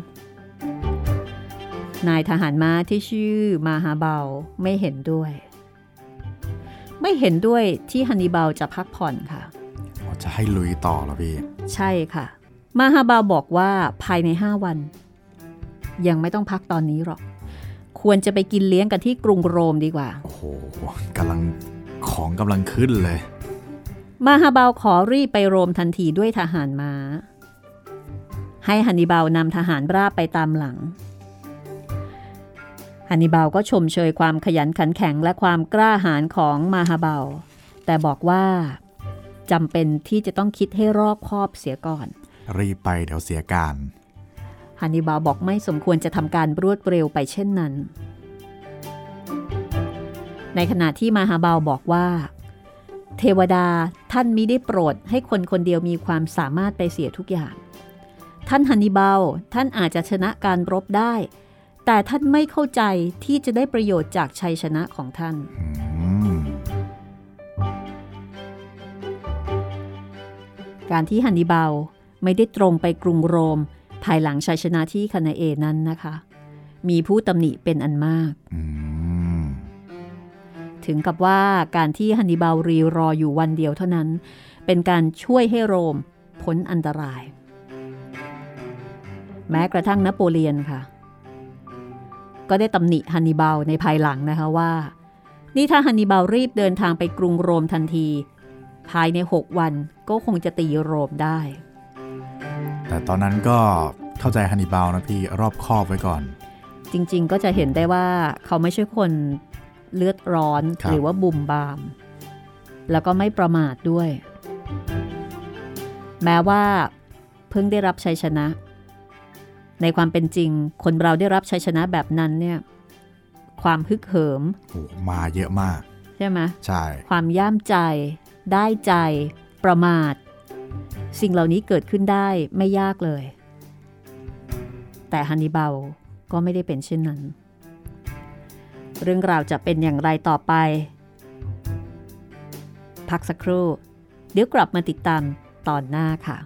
นายทหารม้าที่ชื่อมาฮาเบลไม่เห็นด้วยไม่เห็นด้วยที่ฮันนิบาลจะพักผ่อนค่ะ
จะให้ลุยต่อเหรอพี่
ใช่ค่ะมาฮาเบลบอกว่าภายในห้าวันยังไม่ต้องพักตอนนี้หรอกควรจะไปกินเลี้ยงกันที่กรุงโรมดีกว่า
โอ้โหกำลังของกำลังขึ้นเลย
มาฮาเบลขอรีบไปโรมทันทีด้วยทหารม้าให้ฮันนิบาลนำทหารราบไปตามหลังฮันนิบาลก็ชมเชยความขยันขันแข็งและความกล้าหาญของมาฮาเบลแต่บอกว่าจำเป็นที่จะต้องคิดให้รอบคอบเสียก่อน
รีบไปเดี๋ยวเสียการ
ฮันนิบาลบอกไม่สมควรจะทำการรวดเร็วไปเช่นนั้นในขณะที่มาฮาเบลบอกว่าเทวดาท่านมิได้โปรดให้คนคนเดียวมีความสามารถไปเสียทุกอย่างท่านฮันนิบาลท่านอาจจะชนะการรบได้แต่ท่านไม่เข้าใจที่จะได้ประโยชน์จากชัยชนะของท่านการที่ฮันนิบาลไม่ได้ตรงไปกรุงโรมภายหลังชัยชนะที่คานาเอนั้นนะคะมีผู้ตำหนิเป็นอันมากถึงกับว่าการที่ฮันนิบาลรีรออยู่วันเดียวเท่านั้นเป็นการช่วยให้โรมพ้นอันตรายแม้กระทั่งนโปเลียนค่ะก็ได้ตำหนิฮันนิบาลในภายหลังนะคะว่านี่ถ้าฮันนิบาลรีบเดินทางไปกรุงโรมทันทีภายในหกวันก็คงจะตีโรมได้
แต่ตอนนั้นก็เข้าใจฮันนิบาลนะพี่รอบคอบไว้ก่อน
จริงๆก็จะเห็นได้ว่าเขาไม่ใช่คนเลือดร้อนหรือว่าบุ่มบามแล้วก็ไม่ประมาทด้วยแม้ว่าเพิ่งได้รับชัยชนะในความเป็นจริงคนเราได้รับชัยชนะแบบนั้นเนี่ยความฮึกเหิม
โอ้มาเยอะมาก
ใช่ไหม
ใช่
ความย่ามใจได้ใจประมาทสิ่งเหล่านี้เกิดขึ้นได้ไม่ยากเลยแต่ฮันนิบาลก็ไม่ได้เป็นเช่นนั้นเรื่องราวจะเป็นอย่างไรต่อไปพักสักครู่เดี๋ยวกลับมาติดตามตอนหน้าค่ะ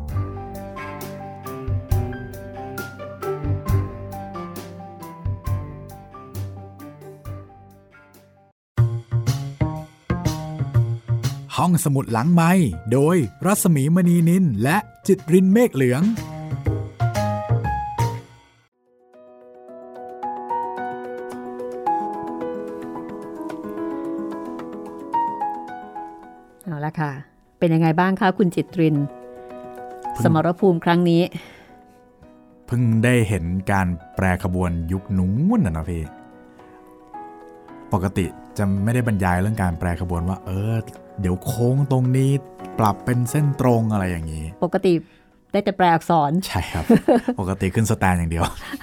ห้องสมุดหลังไมค์โดยรัศมีมณีนินและจิตรินเมฆเหลือง
เอาละค่ะเป็นยังไงบ้างคะคุณจิตรินสมรภูมิครั้งนี้
เพิ่งได้เห็นการแปรขบวนยุคนู้นนะนะพี่ปกติจะไม่ได้บรรยายเรื่องการแปรขบวนว่าเออเดี๋ยวโค้งตรงนี้ปรับเป็นเส้นตรงอะไรอย่างนี้
ปกติได้แต่แปลอักษร
ใช่ครับ ปกติขึ้นสแตนอย่างเดียว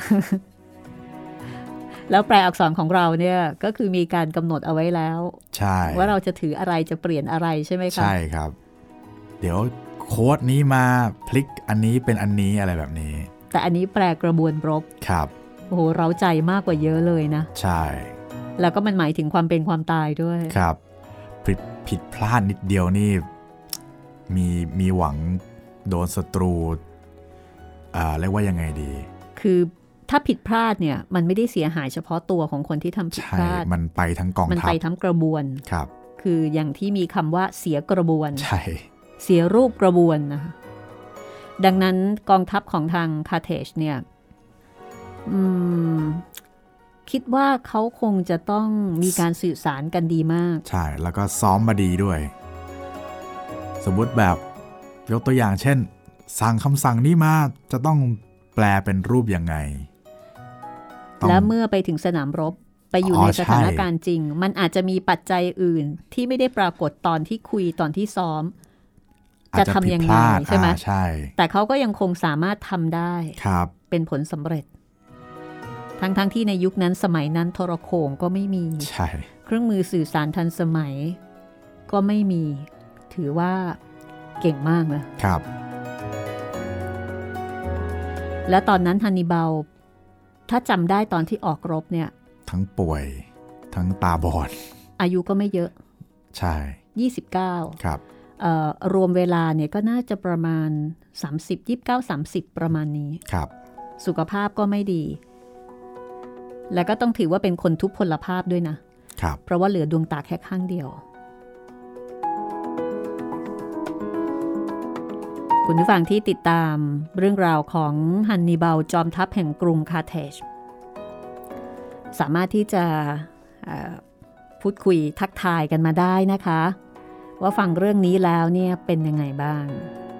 แล้วแปลอักษรของเราเนี่ยก็คือมีการกำหนดเอาไว้แล้ว
ใช่
ว่าเราจะถืออะไรจะเปลี่ยนอะไรใช่ไหมคะ
ใช่ครับเดี๋ยวโค้ดนี้มาพลิกอันนี้เป็นอันนี้อะไรแบบนี้
แต่อันนี้แปลกระบวนรบ
ครับ
โอ้โหเร้าใจมากกว่าเยอะเลยนะ
ใช่
แล้วก็มันหมายถึงความเป็นความตายด้วย
ครับผิดผิดพลาดนิดเดียวนี่มีมีหวังโดนศัตรูอ่าเรียกว่ายังไงดี
คือถ้าผิดพลาดเนี่ยมันไม่ได้เสียหายเฉพาะตัวของคนที่ทำผิดพลาด
มันไปทั้งกองทัพ
มันไปทั้งกระบวน
ครับ
คืออย่างที่มีคำว่าเสียกระบวน
ใช่
เสียรูปกระบวนนะคะดังนั้นกองทัพของทางคาร์เทจเนี่ยอืมคิดว่าเขาคงจะต้องมีการสื่อสารกันดีมาก
ใช่แล้วก็ซ้อมมาดีด้วยสมมุติแบบยกตัวอย่างเช่นสั่งคำสั่งนี้มาจะต้องแปลเป็นรูปยังไง
และเมื่อไปถึงสนามรบไปอยู่ในสถานการณ์จริงมันอาจจะมีปัจจัยอื่นที่ไม่ได้ปรากฏตอนที่คุยตอนที่ซ้อมจะทำยังไงใช่ไหม
ใช่
แต่เขาก็ยังคงสามารถทำได้เป็นผลสำเร็จทั้งๆ ท, ที่ในยุคนั้นสมัยนั้นโทรโข่งก็ไม่มีเครื่องมือสื่อสารทันสมัยก็ไม่มีถือว่าเก่งมากนะครับและตอนนั้นฮันนิบาลถ้าจำได้ตอนที่ออกรบเนี่ย
ทั้งป่วยทั้งตาบอด
อายุก็ไม่เยอะ
ใช่
ยี่สิบเก้า
ครับ
รวมเวลาเนี่ยก็น่าจะประมาณสามสิบ ยี่สิบเก้า สามสิบประมาณนี้
ครับ
สุขภาพก็ไม่ดีแล้วก็ต้องถือว่าเป็นคนทุพพลภาพด้วยนะครับเพราะว่าเหลือดวงตาแค่ข้างเดียวคุณผู้ฟังที่ติดตามเรื่องราวของฮันนิบาลจอมทัพแห่งกรุงคาร์เทจสามารถที่จะพูดคุยทักทายกันมาได้นะคะว่าฟังเรื่องนี้แล้วเนี่ยเป็นยังไงบ้าง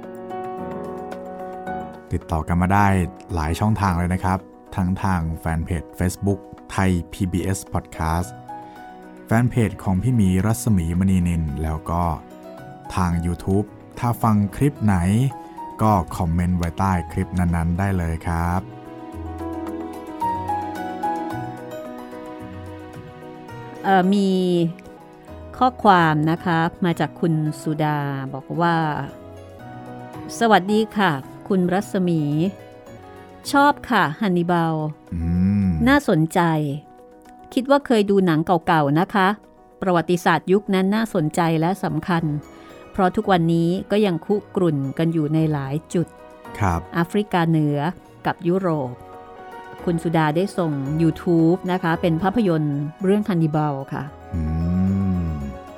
ติดต่อกันมาได้หลายช่องทางเลยนะครับทั้งทางแฟนเพจ Facebook ไทย พี บี เอส Podcast แฟนเพจของพี่หมีรัศมีมณีนินแล้วก็ทาง YouTube ถ้าฟังคลิปไหนก็คอมเมนต์ไว้ใต้คลิปนั้นๆได้เลยครับ
เอ่อมีข้อความนะคะมาจากคุณสุดาบอกว่าสวัสดีค่ะคุณรัศมีชอบค่ะฮันนิบาลน่าสนใจคิดว่าเคยดูหนังเก่าๆนะคะประวัติศาสตร์ยุคนั้นน่าสนใจและสำคัญเพราะทุกวันนี้ก็ยังคุกรุ่นกันอยู่ในหลายจุด
ครับ
แอฟริกาเหนือกับยุโรปคุณสุดาได้ส่ง YouTube นะคะเป็นภาพยนตร์เรื่องฮันนิบาลค่ะ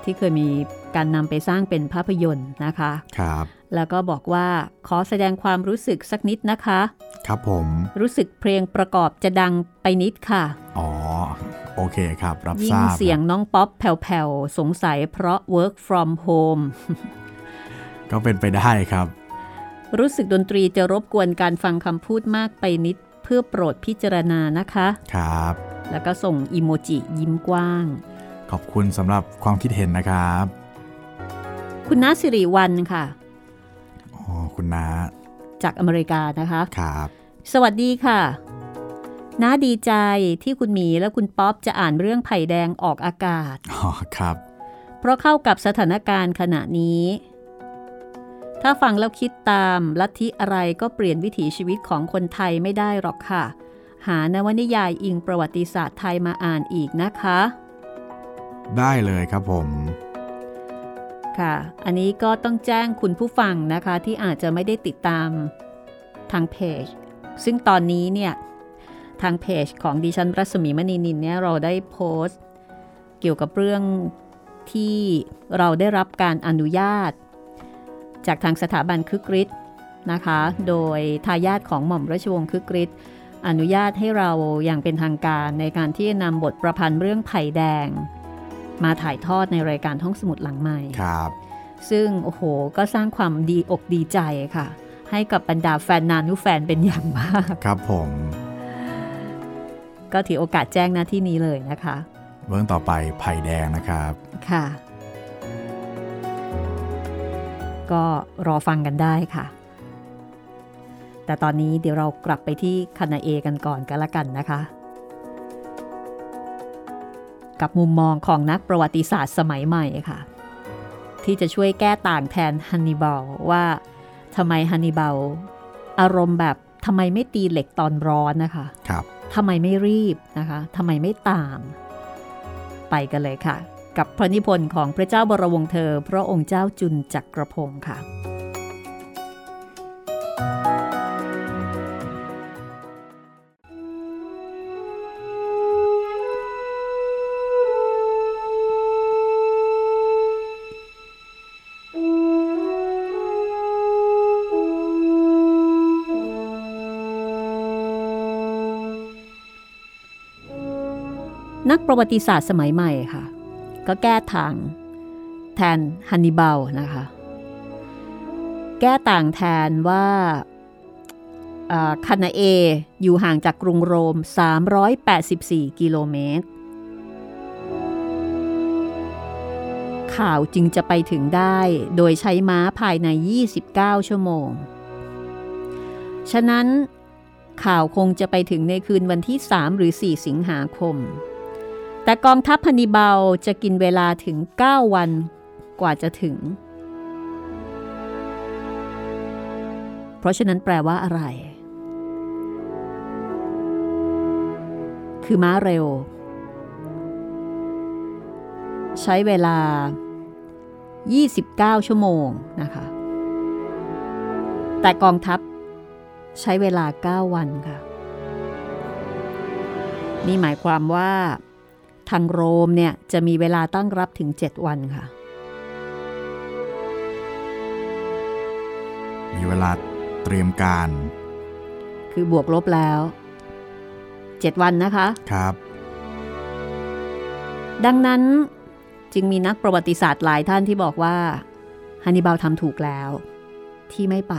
ที่เคยมีการนำไปสร้างเป็นภาพยนตร์นะคะ
ครับ
แล้วก็บอกว่าขอแสดงความรู้สึกสักนิดนะคะ
ครับผม
รู้สึกเพลงประกอบจะดังไปนิดค่ะ
อ๋อโอเคครับรับทราบ
ยิ่งเสียงน้องป๊อปแผ่วๆสงสัยเพราะ work from home
ก็เป็นไปได้ครับ
รู้สึกดนตรีจะรบกวนการฟังคำพูดมากไปนิดเพื่อโปรดพิจารณานะคะ
ครับ
แล้วก็ส่งอีโมจิยิ้มกว้าง
ขอบคุณสำหรับความคิดเห็นนะครับ
คุณน้าสิริวัลค่ะ
อ๋อคุณน้า
จากอเมริกานะคะ
ครับ
สวัสดีค่ะน้าดีใจที่คุณหมีและคุณป๊อปจะอ่านเรื่องไผ่แดงออกอากาศ
อ๋อครับ
เพราะเข้ากับสถานการณ์ขณะนี้ถ้าฟังแล้วคิดตามลัทธิอะไรก็เปลี่ยนวิถีชีวิตของคนไทยไม่ได้หรอกค่ะหานวนิยายอิงประวัติศาสตร์ไทยมาอ่านอีกนะคะ
ได้เลยครับผม
ค่ะอันนี้ก็ต้องแจ้งคุณผู้ฟังนะคะที่อาจจะไม่ได้ติดตามทางเพจซึ่งตอนนี้เนี่ยทางเพจของดิฉันรัศมีมณีนินเนี่ยเราได้โพสต์เกี่ยวกับเรื่องที่เราได้รับการอนุญาตจากทางสถาบันคึกฤทธิ์นะคะโดยทายาทของหม่อมราชวงศ์คึกฤทธิ์อนุญาตให้เราอย่างเป็นทางการในการที่จะนำบทประพันธ์เรื่องไผ่แดงมาถ่ายทอดในรายการห้องสมุดหลังใหม่
ครับ
ซึ่งโอ้โหก็สร้างความดีอกดีใจค่ะให้กับบรรดาแฟนนานุแฟนเป็นอย่างมาก
ครับผม
ก็ถือโอกาสแจ้งหน้าที่นี้เลยนะคะ
เรื่องต่อไปไผ่แดงนะครับ
ค่ะก็รอฟังกันได้ค่ะแต่ตอนนี้เดี๋ยวเรากลับไปที่คณะเอกันก่อนกันละกันนะคะกับมุมมองของนักประวัติศาสตร์สมัยใหม่ค่ะที่จะช่วยแก้ต่างแทนฮันนิบาลว่าทำไมฮันนิบาลอารมณ์แบบทำไมไม่ตีเหล็กตอนร้อนนะคะ
ครับ
ทำไมไม่รีบนะคะทำไมไม่ตามไปกันเลยค่ะกับพระนิพนธ์ของพระเจ้าบรวงศ์เธอพระองค์เจ้าจุลจักรพงศ์ค่ะนักประวัติศาสตร์สมัยใหม่ค่ะก็แก้ทางแทนฮันนิบาลนะคะแก้ต่างแทนว่าคานาเออยู่ห่างจากกรุงโรมสามร้อยแปดสิบสี่กิโลเมตรข่าวจึงจะไปถึงได้โดยใช้ม้าภายในยี่สิบเก้าชั่วโมงฉะนั้นข่าวคงจะไปถึงในคืนวันที่สามหรือสี่สิงหาคมแต่กองทัพฮันนิบาลจะกินเวลาถึงเก้าวันกว่าจะถึงเพราะฉะนั้นแปลว่าอะไรคือม้าเร็วใช้เวลายี่สิบเก้าชั่วโมงนะคะแต่กองทัพใช้เวลาเก้าวันค่ะนี่หมายความว่าทางโรมเนี่ยจะมีเวลาตั้งรับถึงเจ็ดวันค่ะ
มีเวลาเตรียมการ
คือบวกลบแล้วเจ็ดวันนะคะ
ครับ
ดังนั้นจึงมีนักประวัติศาสตร์หลายท่านที่บอกว่าฮันนิบาลทำถูกแล้วที่ไม่ไป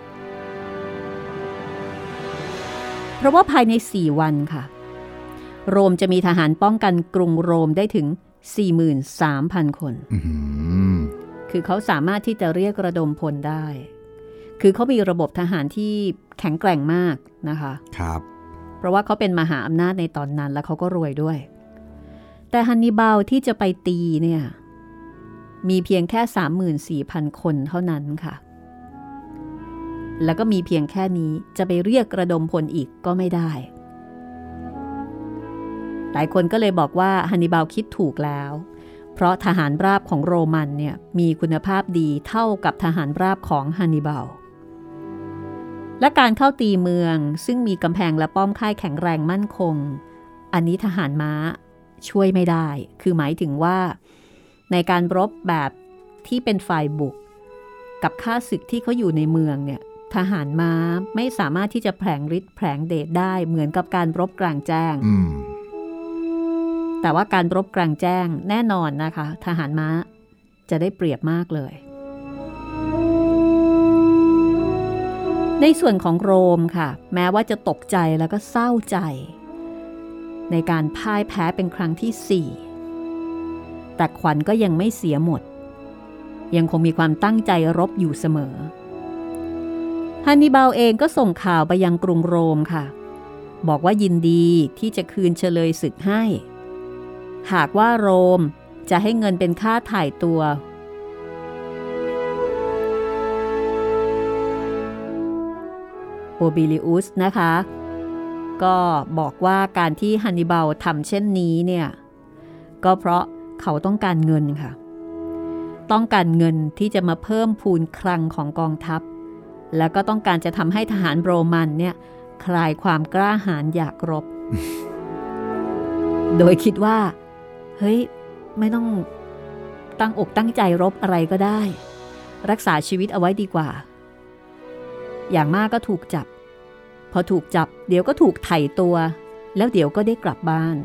เพราะว่าภายในสี่วันค่ะโรมจะมีทหารป้องกันกรุงโรมได้ถึง สี่หมื่นสามพัน คนคือเขาสามารถที่จะเรียกระดมพลได้คือเขามีระบบทหารที่แข็งแกร่งมากนะคะ
ครับ
เพราะว่าเขาเป็นมหาอำนาจในตอนนั้นแล้วเขาก็รวยด้วยแต่ฮันนิบาลที่จะไปตีเนี่ยมีเพียงแค่ สามหมื่นสี่พัน คนเท่านั้นค่ะแล้วก็มีเพียงแค่นี้จะไปเรียกระดมพลอีกก็ไม่ได้หลายคนก็เลยบอกว่าฮันนิบาลคิดถูกแล้วเพราะทหารราบของโรมันเนี่ยมีคุณภาพดีเท่ากับทหารราบของฮันนิบาลและการเข้าตีเมืองซึ่งมีกำแพงและป้อมค่ายแข็งแรงมั่นคงอันนี้ทหารม้าช่วยไม่ได้คือหมายถึงว่าในการรบแบบที่เป็นฝ่ายบุกกับข้าศึกที่เขาอยู่ในเมืองเนี่ยทหารม้าไม่สามารถที่จะแผลงฤทธิ์แผลงเดชได้เหมือนกับการรบกลางแจ้งแต่ว่าการรบกลางแจ้งแน่นอนนะคะทหารม้าจะได้เปรียบมากเลยในส่วนของโรมค่ะแม้ว่าจะตกใจแล้วก็เศร้าใจในการพ่ายแพ้เป็นครั้งที่สี่แต่ขวัญก็ยังไม่เสียหมดยังคงมีความตั้งใจรบอยู่เสมอฮันนิบาลเองก็ส่งข่าวไปยังกรุงโรมค่ะบอกว่ายินดีที่จะคืนเฉลยศึกให้หากว่าโรมจะให้เงินเป็นค่าถ่ายตัวโอบิลิอุสนะคะก็บอกว่าการที่ฮันนิบาลทำเช่นนี้เนี่ยก็เพราะเขาต้องการเงินค่ะต้องการเงินที่จะมาเพิ่มพูนคลังของกองทัพแล้วก็ต้องการจะทำให้ทหารโรมันเนี่ยคลายความกล้าหาญอยากรบ โดยคิดว่าเฮ้ยไม่ต้องตั้งอกตั้งใจรบอะไรก็ได้รักษาชีวิตเอาไว้ดีกว่าอย่างมากก็ถูกจับพอถูกจับเดี๋ยวก็ถูกไถ่ตัวแล้วเดี๋ยวก็ได้กลับบ้าน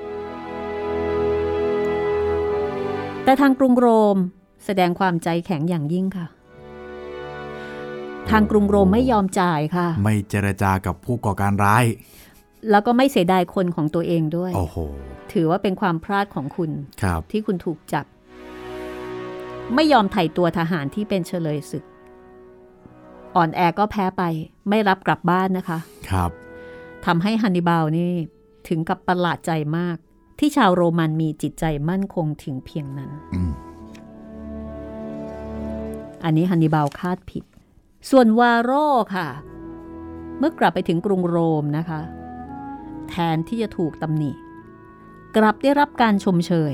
แต่ทางกรุงโรมแสดงความใจแข็งอย่างยิ่งค่ะทางกรุงโรมไม่ยอมจ่ายค่ะ
ไม่เจรจากับผู้ก่อการร้าย
แล้วก็ไม่เสียดายคนของตัวเองด้วย
โอ้โห
ถือว่าเป็นความพลาดของคุณที่คุณถูกจับไม่ยอมไถ่ตัวทหารที่เป็นเฉลยศึกอ่อนแอก็แพ้ไปไม่รับกลับบ้านนะคะ
ครับ
ทำให้ฮันนิบาลนี่ถึงกับประหลาดใจมากที่ชาวโรมันมีจิตใจมั่นคงถึงเพียงนั้น อ, อันนี้ฮันนิบาลคาดผิดส่วนวาโรค่ะเมื่อกลับไปถึงกรุงโรมนะคะแทนที่จะถูกตำหนิกลับได้รับการชมเชย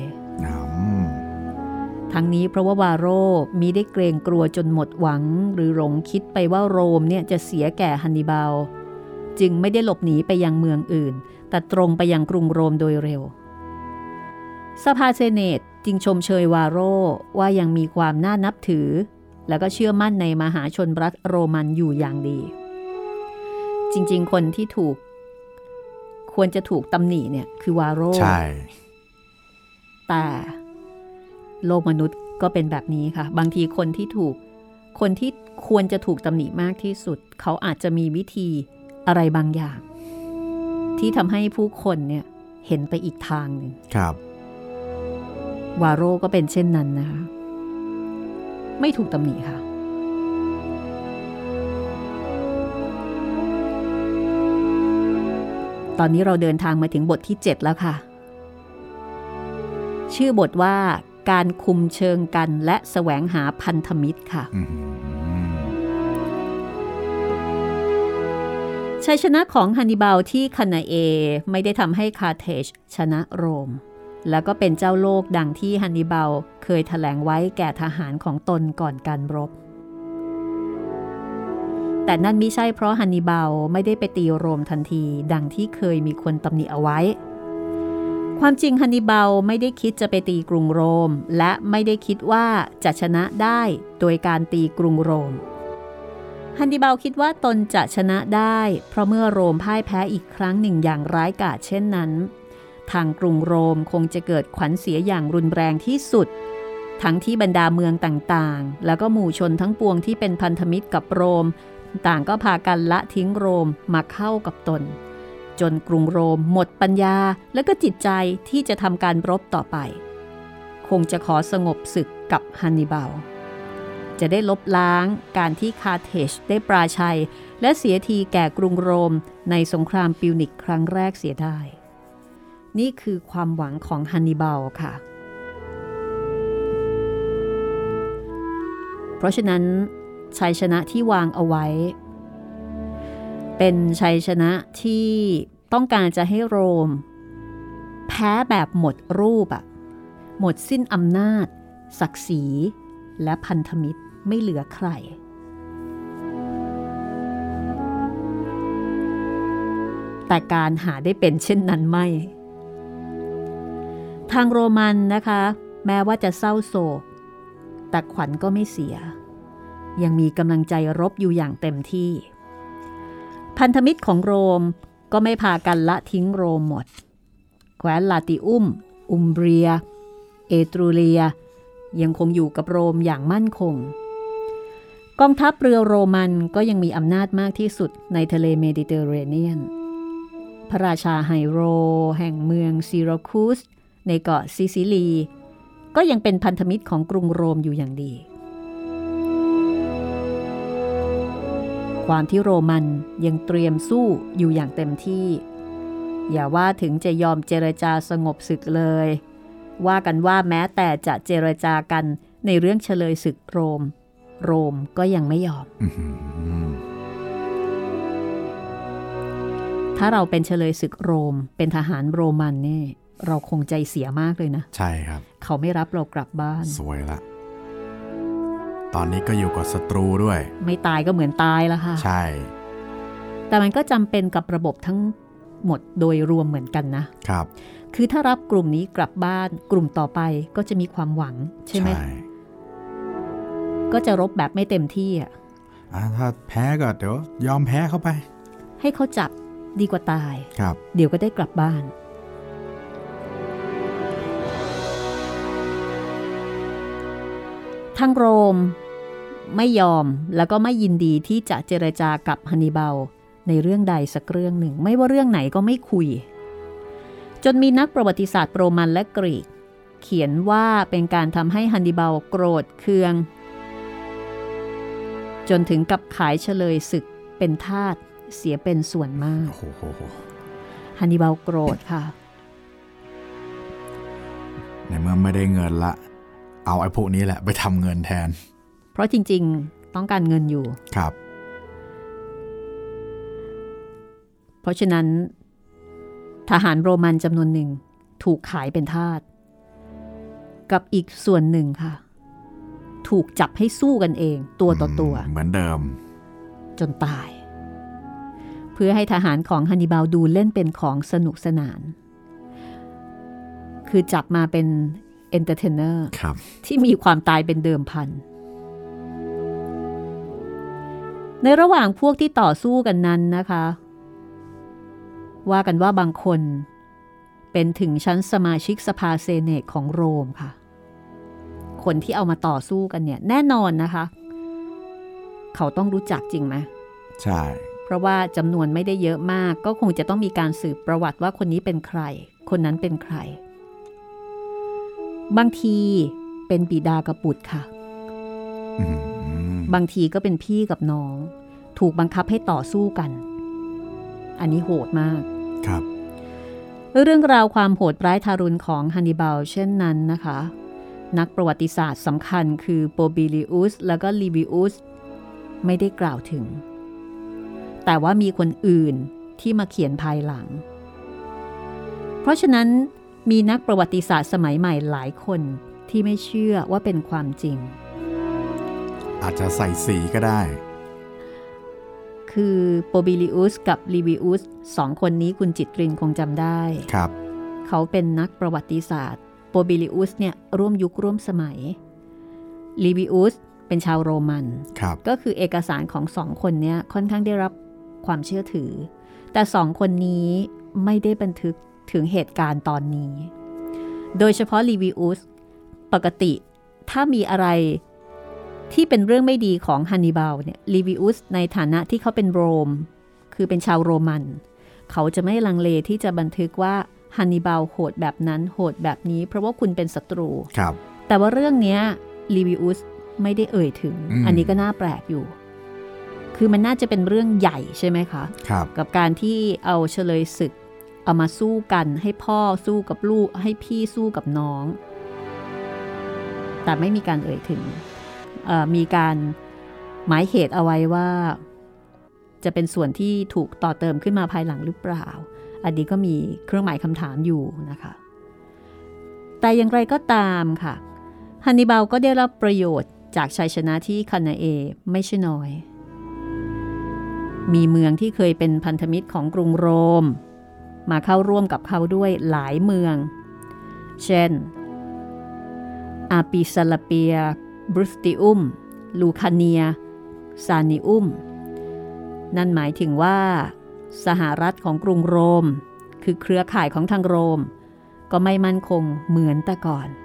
ทั้งนี้เพราะว่าวาโรมีได้เกรงกลัวจนหมดหวังหรือหลงคิดไปว่าโรมเนี่ยจะเสียแก่ฮันนิบาลจึงไม่ได้หลบหนีไปยังเมืองอื่นแต่ตรงไปยังกรุงโรมโดยเร็วสภาเซเนตจึงชมเชยวาโรว่ายังมีความน่านับถือแล้วก็เชื่อมั่นในมหาชนรัฐโรมันอยู่อย่างดีจริงๆคนที่ถูกควรจะถูกตำหนิเนี่ยคือวาโร
ใช่
แต่โลกมนุษย์ก็เป็นแบบนี้ค่ะบางทีคนที่ถูกคนที่ควรจะถูกตำหนิมากที่สุดเขาอาจจะมีวิธีอะไรบางอย่างที่ทำให้ผู้คนเนี่ยเห็นไปอีกทางหนึ่ง
ครับ
วาโรก็เป็นเช่นนั้นนะคะไม่ถูกตำหนิค่ะตอนนี้เราเดินทางมาถึงบทที่เจ็ดแล้วค่ะชื่อบทว่าการคุมเชิงกันและแสวงหาพันธมิตรค่ะชัยชนะของฮันนิบาลที่คานาเอไม่ได้ทำให้คาร์เทจชนะโรมแล้วก็เป็นเจ้าโลกดังที่ฮันนิบาลเคยแถลงไว้แก่ทหารของตนก่อนการรบแต่นั่นไม่ใช่เพราะฮันนิบาลไม่ได้ไปตีโรมทันทีดังที่เคยมีคนตำหนิเอาไว้ความจริงฮันนิบาลไม่ได้คิดจะไปตีกรุงโรมและไม่ได้คิดว่าจะชนะได้โดยการตีกรุงโรมฮันนิบาลคิดว่าตนจะชนะได้เพราะเมื่อโรมพ่ายแพ้อีกครั้งหนึ่งอย่างร้ายกาจเช่นนั้นทางกรุงโรมคงจะเกิดขวัญเสียอย่างรุนแรงที่สุดทั้งที่บรรดาเมืองต่างๆแล้วก็หมู่ชนทั้งปวงที่เป็นพันธมิตรกับโรมต่างก็พากันละทิ้งโรมมาเข้ากับตนจนกรุงโรมหมดปัญญาและก็จิตใจที่จะทำการรบต่อไปคงจะขอสงบศึกกับฮันนิบาลจะได้ลบล้างการที่คาร์เทจได้ปราชัยและเสียทีแก่กรุงโรมในสงครามปิวนิกครั้งแรกเสียได้นี่คือความหวังของฮันนิบาลค่ะเพราะฉะนั้นชัยชนะที่วางเอาไว้เป็นชัยชนะที่ต้องการจะให้โรมแพ้แบบหมดรูปอะหมดสิ้นอำนาจศักดิ์ศรีและพันธมิตรไม่เหลือใครแต่การหาได้เป็นเช่นนั้นไม่ทางโรมันนะคะแม้ว่าจะเศร้าโศกแต่ขวัญก็ไม่เสียยังมีกำลังใจรบอยู่อย่างเต็มที่พันธมิตรของโรมก็ไม่พากันละทิ้งโรมหมดแคว้นลาติอุมอุมเบรียเอตรูเลียยังคงอยู่กับโรมอย่างมั่นคงกองทัพเรือโรมันก็ยังมีอำนาจมากที่สุดในทะเลเมดิเตอร์เรเนียนพระราชาไฮโรแห่งเมืองซิราคูสในเกาะซิซิลีก็ยังเป็นพันธมิตรของกรุงโรมอยู่อย่างดีความที่โรมันยังเตรียมสู้อยู่อย่างเต็มที่อย่าว่าถึงจะยอมเจรจาสงบศึกเลยว่ากันว่าแม้แต่จะเจรจากันในเรื่องเฉลยศึกโรมโรมก็ยังไม่ยอม ถ้าเราเป็นเฉลยศึกโรมเป็นทหารโรมันนี่เราคงใจเสียมากเลยนะ
ใช่ครับ
เขาไม่รับเรากลับบ้าน
สวยละตอนนี้ก็อยู่กับศัตรูด้วย
ไม่ตายก็เหมือนตายแล้วค่ะ
ใช่
แต่มันก็จำเป็นกับระบบทั้งหมดโดยรวมเหมือนกันนะครับคือถ้ารับกลุ่มนี้กลับบ้านกลุ่มต่อไปก็จะมีความหวังใช่ไหมใช่ก็จะรบแบบไม่เต็มที่อ่ะ
ถ้าแพ้ก็เดี๋ยวยอมแพ้เข้าไป
ให้เขาจับดีกว่าตาย
ครับ
เดี๋ยวก็ได้กลับบ้านทางโรมไม่ยอมแล้วก็ไม่ยินดีที่จะเจรจากับฮันนิบาลในเรื่องใดสักเรื่องหนึ่งไม่ว่าเรื่องไหนก็ไม่คุยจนมีนักประวัติศาสตร์โรมันและกรีกเขียนว่าเป็นการทำให้ฮันนิบาลโกรธเคืองจนถึงกับขายเฉลยศึกเป็นทาสเสียเป็นส่วนมากฮันนิบาลโกรธค่ะ
ในเมื่อไม่ได้เงินละเอาไอ้พวกนี้แหละไปทำเงินแทน
เพราะจริงๆต้องการเงินอยู่
ครับ
เพราะฉะนั้นทหารโรมันจำนวนหนึ่งถูกขายเป็นทาสกับอีกส่วนหนึ่งค่ะถูกจับให้สู้กันเองตัวต่อตัว
เหมือนเดิม
จนตายเพื่อให้ทหารของฮันนิบาลดูเล่นเป็นของสนุกสนานคือจับมาเป็นเอนเตอร์เทนเนอร์ที่มีความตายเป็นเดิมพันในระหว่างพวกที่ต่อสู้กันนั้นนะคะว่ากันว่าบางคนเป็นถึงชั้นสมาชิกสภาเซเนตของโรมค่ะคนที่เอามาต่อสู้กันเนี่ยแน่นอนนะคะเขาต้องรู้จักจริงไหม
ใช่
เพราะว่าจำนวนไม่ได้เยอะมากก็คงจะต้องมีการสืบประวัติว่าคนนี้เป็นใครคนนั้นเป็นใครบางทีเป็นบิดากับบุตรค่ะบางทีก็เป็นพี่กับน้องถูกบังคับให้ต่อสู้กันอันนี้โหดมาก
ครับ
เรื่องราวความโหดร้ายทารุณของฮันนิบาลเช่นนั้นนะคะนักประวัติศาสตร์สำคัญคือโปบิลิอุสแล้วก็ลิบิอุสไม่ได้กล่าวถึงแต่ว่ามีคนอื่นที่มาเขียนภายหลังเพราะฉะนั้นมีนักประวัติศาสตร์สมัยใหม่หลายคนที่ไม่เชื่อว่าเป็นความจริง
อาจจะใส่สีก็ได้
คือโปบิลิอุสกับลิบิอุสสองคนนี้คุณจิตรินคงจำได้
ครับ
เขาเป็นนักประวัติศาสตร์โปบิลิอุสเนี่ยร่วมยุคร่วมสมัยลิบิอุสเป็นชาวโรมันก็คือเอกสารของสองคนนี้ค่อนข้างได้รับความเชื่อถือแต่สองคนนี้ไม่ได้บันทึกถึงเหตุการณ์ตอนนี้โดยเฉพาะลิบิอุสปกติถ้ามีอะไรที่เป็นเรื่องไม่ดีของฮันนิบาลเนี่ยลิบิอุสในฐานะที่เขาเป็นโรมคือเป็นชาวโรมันเขาจะไม่ลังเลที่จะบันทึกว่าฮันนิบาลโหดแบบนั้นโหดแบบนี้เพราะว่าคุณเป็นศัตรู
ครับ
แต่ว่าเรื่องนี้ลิบิอุสไม่ได้เอ่ยถึง อ, อันนี้ก็น่าแปลกอยู่คือมันน่าจะเป็นเรื่องใหญ่ใช่ไหมคะ
ครับ
กับการที่เอาเฉลยศึกเอามาสู้กันให้พ่อสู้กับลูกให้พี่สู้กับน้องแต่ไม่มีการเอ่ยถึงมีการหมายเหตุเอาไว้ว่าจะเป็นส่วนที่ถูกต่อเติมขึ้นมาภายหลังหรือเปล่าอันนี้ก็มีเครื่องหมายคำถามอยู่นะคะแต่อย่างไรก็ตามค่ะฮันนิบาลก็ได้รับประโยชน์จากชัยชนะที่คานาเอไม่ใช่น้อยมีเมืองที่เคยเป็นพันธมิตรของกรุงโรมมาเข้าร่วมกับเขาด้วยหลายเมืองเช่นอาปิซาลาเปียบรูสติอุมลูคาเนียซานิอุมนั่นหมายถึงว่าสหรัฐของกรุงโรมคือเครือข่ายของทางโรมก็ไม่มั่นคงเหมือนแต่ก่อน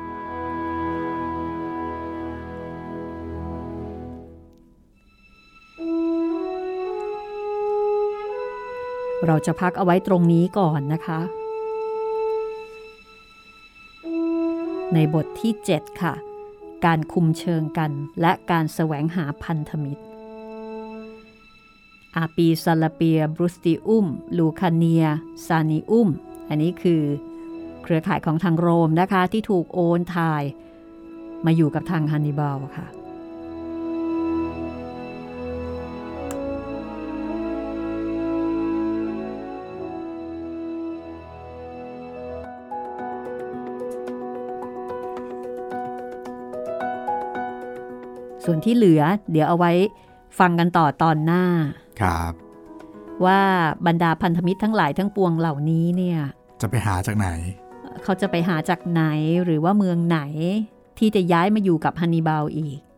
เราจะพักเอาไว้ตรงนี้ก่อนนะคะในบทที่เจ็ดค่ะการคุมเชิงกันและการแสวงหาพันธมิตรอาปีซาลาเปียบรูสติอุมลูคาเนียซานิอุมอันนี้คือเครือข่ายของทางโรมนะคะที่ถูกโอนถ่ายมาอยู่กับทางฮันนิบาลค่ะส่วนที่เหลือเดี๋ยวเอาไว้ฟังกันต่อตอนหน้า
ครับ
ว่าบรรดาพันธมิตรทั้งหลายทั้งปวงเหล่านี้เนี่ย
จะไปหาจากไหน
เขาจะไปหาจากไหนหรือว่าเมืองไหนที่จะย้ายมาอยู่กับฮันนิบาลอีก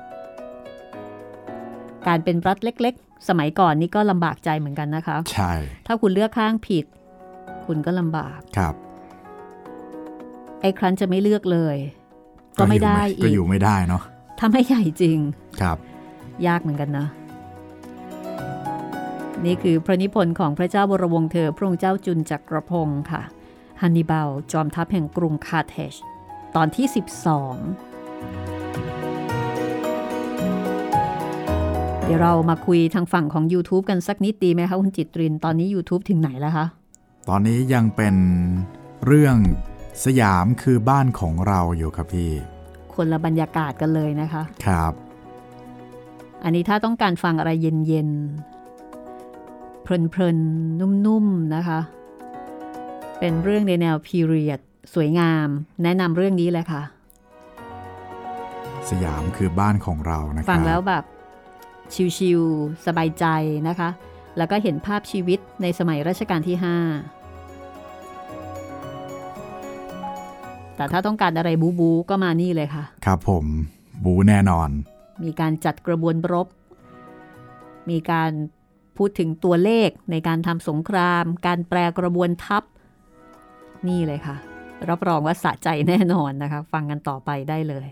การเป็นรัฐเล็กๆสมัยก่อนนี่ก็ลำบากใจเหมือนกันนะคะ
ใช่
ถ้าคุณเลือกข้างผิดคุณก็ลำบาก
ครับ
ไอ้ครั้นจะไม่เลือกเลยก็ไม่ได้อีก
ก็อยู่ไม่ได้เนาะ
ทำให้ใหญ่จริง
ครับ
ยากเหมือนกันนะนี่คือพระนิพนธ์ของพระเจ้าวรวงศ์เธอพระองค์เจ้าจุลจักรพงศ์ค่ะฮันนิบาลจอมทัพแห่งกรุงคาร์เทจตอนที่สิบสองเดี๋ยวเรามาคุยทางฝั่งของ YouTube กันสักนิดดีไหมคะคุณจิตรินตอนนี้ YouTube ถึงไหนแล้วคะ
ตอนนี้ยังเป็นเรื่องสยามคือบ้านของเราอยู่ครับพี่
คนละบรรยากาศกันเลยนะคะ
ครับ
อันนี้ถ้าต้องการฟังอะไรเย็นๆเพลินๆนุ่มๆนะคะเป็นเรื่องในแนวพีเรียดสวยงามแนะนำเรื่องนี้เลยค่ะ
สยามคือบ้านของเรานะครับ
ฟังแล้วแบบชิลๆสบายใจนะคะแล้วก็เห็นภาพชีวิตในสมัยรัชกาลที่ห้าแต่ถ้าต้องการอะไรบู๊บู๊ก็มานี่เลยค่ะ
ครับผมบู๊แน่นอน
มีการจัดกระบวนรบมีการพูดถึงตัวเลขในการทำสงครามการแปรกระบวนทัพนี่เลยค่ะรับรองว่าสะใจแน่นอนนะคะฟังกันต่อไปได้เลย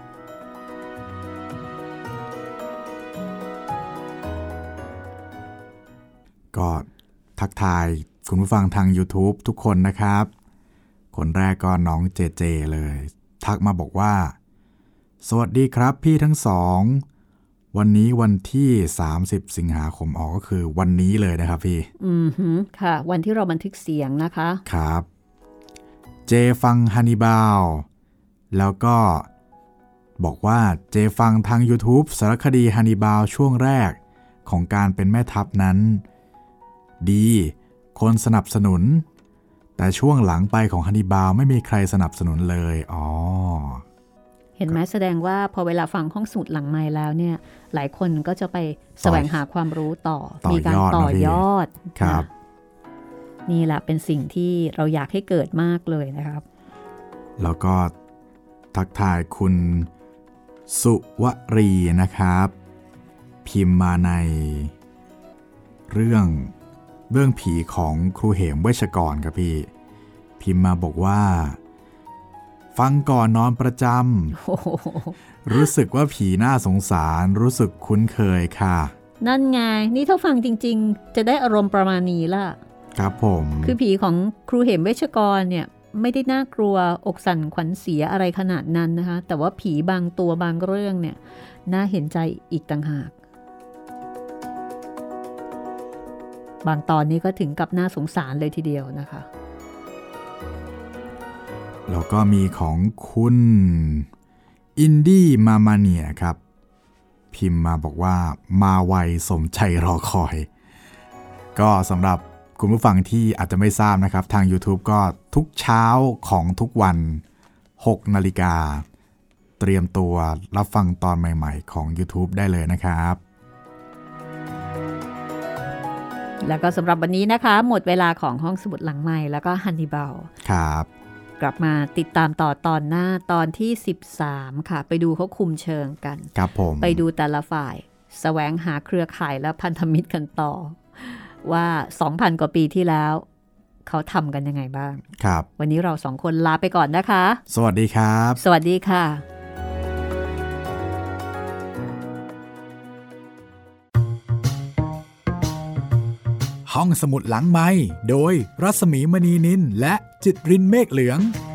ก็ทักทายคุณผู้ฟังทาง YouTube ทุกคนนะครับคนแรกก็น้องเจเจเลยทักมาบอกว่าสวัสดีครับพี่ทั้งสองวันนี้วันที่สามสิบสิงหาคมออกก็คือวันนี้เลยนะครับพี่
อืมฮึค่ะวันที่เราบันทึกเสียงนะคะ
ครับเจฟังฮันนิบาลแล้วก็บอกว่าเจฟังทาง YouTube สารคดีฮันนิบาลช่วงแรกของการเป็นแม่ทัพนั้นดีคนสนับสนุนแต่ช่วงหลังไปของฮันนิบาลไม่มีใครสนับสนุนเลยอ๋อ
เห็นไหมแสดงว่าพอเวลาฟังห้องสมุดหลังไมค์แล้วเนี่ยหลายคนก็จะไปแสวงหาความรู้ต่อมีการต่อยอด
ครับ
นี่แหละเป็นสิ่งที่เราอยากให้เกิดมากเลยนะครับ
แล้วก็ทักทายคุณสุวรีนะครับพิมพ์มาในเรื่องเรื่องผีของครูเหมเวชกรครับพี่พิมพ์มาบอกว่าฟังก่อนนอนประจำรู้สึกว่าผีน่าสงสารรู้สึกคุ้นเคยค่ะ
นั่นไงนี่ถ้าฟังจริงๆจะได้อารมณ์ประมาณนี้ล่ะ
ครับผม
คือผีของครูเหมเวชกรเนี่ยไม่ได้น่ากลัวอกสั่นขวัญเสียอะไรขนาดนั้นนะคะแต่ว่าผีบางตัวบางเรื่องเนี่ยน่าเห็นใจอีกต่างหากบางตอนนี้ก็ถึงกับน่าสงสารเลยทีเดียวนะคะ
แล้วก็มีของคุณอินดี้มามาเนียครับพิมพ์มาบอกว่ามาไวสมใจรอคอยก็สำหรับคุณผู้ฟังที่อาจจะไม่ทราบนะครับทาง YouTube ก็ทุกเช้าของทุกวันหกนาฬิกาเตรียมตัวรับฟังตอนใหม่ๆของ YouTube ได้เลยนะครับ
แล้วก็สำหรับวันนี้นะคะหมดเวลาของห้องสมุดหลังไมค์แล้วก็ฮันนิบาล
ครับ
กลับมาติดตามต่อตอนหน้าตอนที่สิบสามค่ะไปดูเขาคุมเชิงกัน
ครับผม
ไปดูแต่ละฝ่ายแสวงหาเครือข่ายและพันธมิตรกันต่อว่า สองพัน กว่าปีที่แล้วเขาทำกันยังไงบ้าง
ครับ
วันนี้เราสองคนลาไปก่อนนะคะ
สวัสดีครับ
สวัสดีค่ะ
ห้องสมุดหลังไมค์โดยรัศมีมณีนินและจิตรินเมฆเหลือง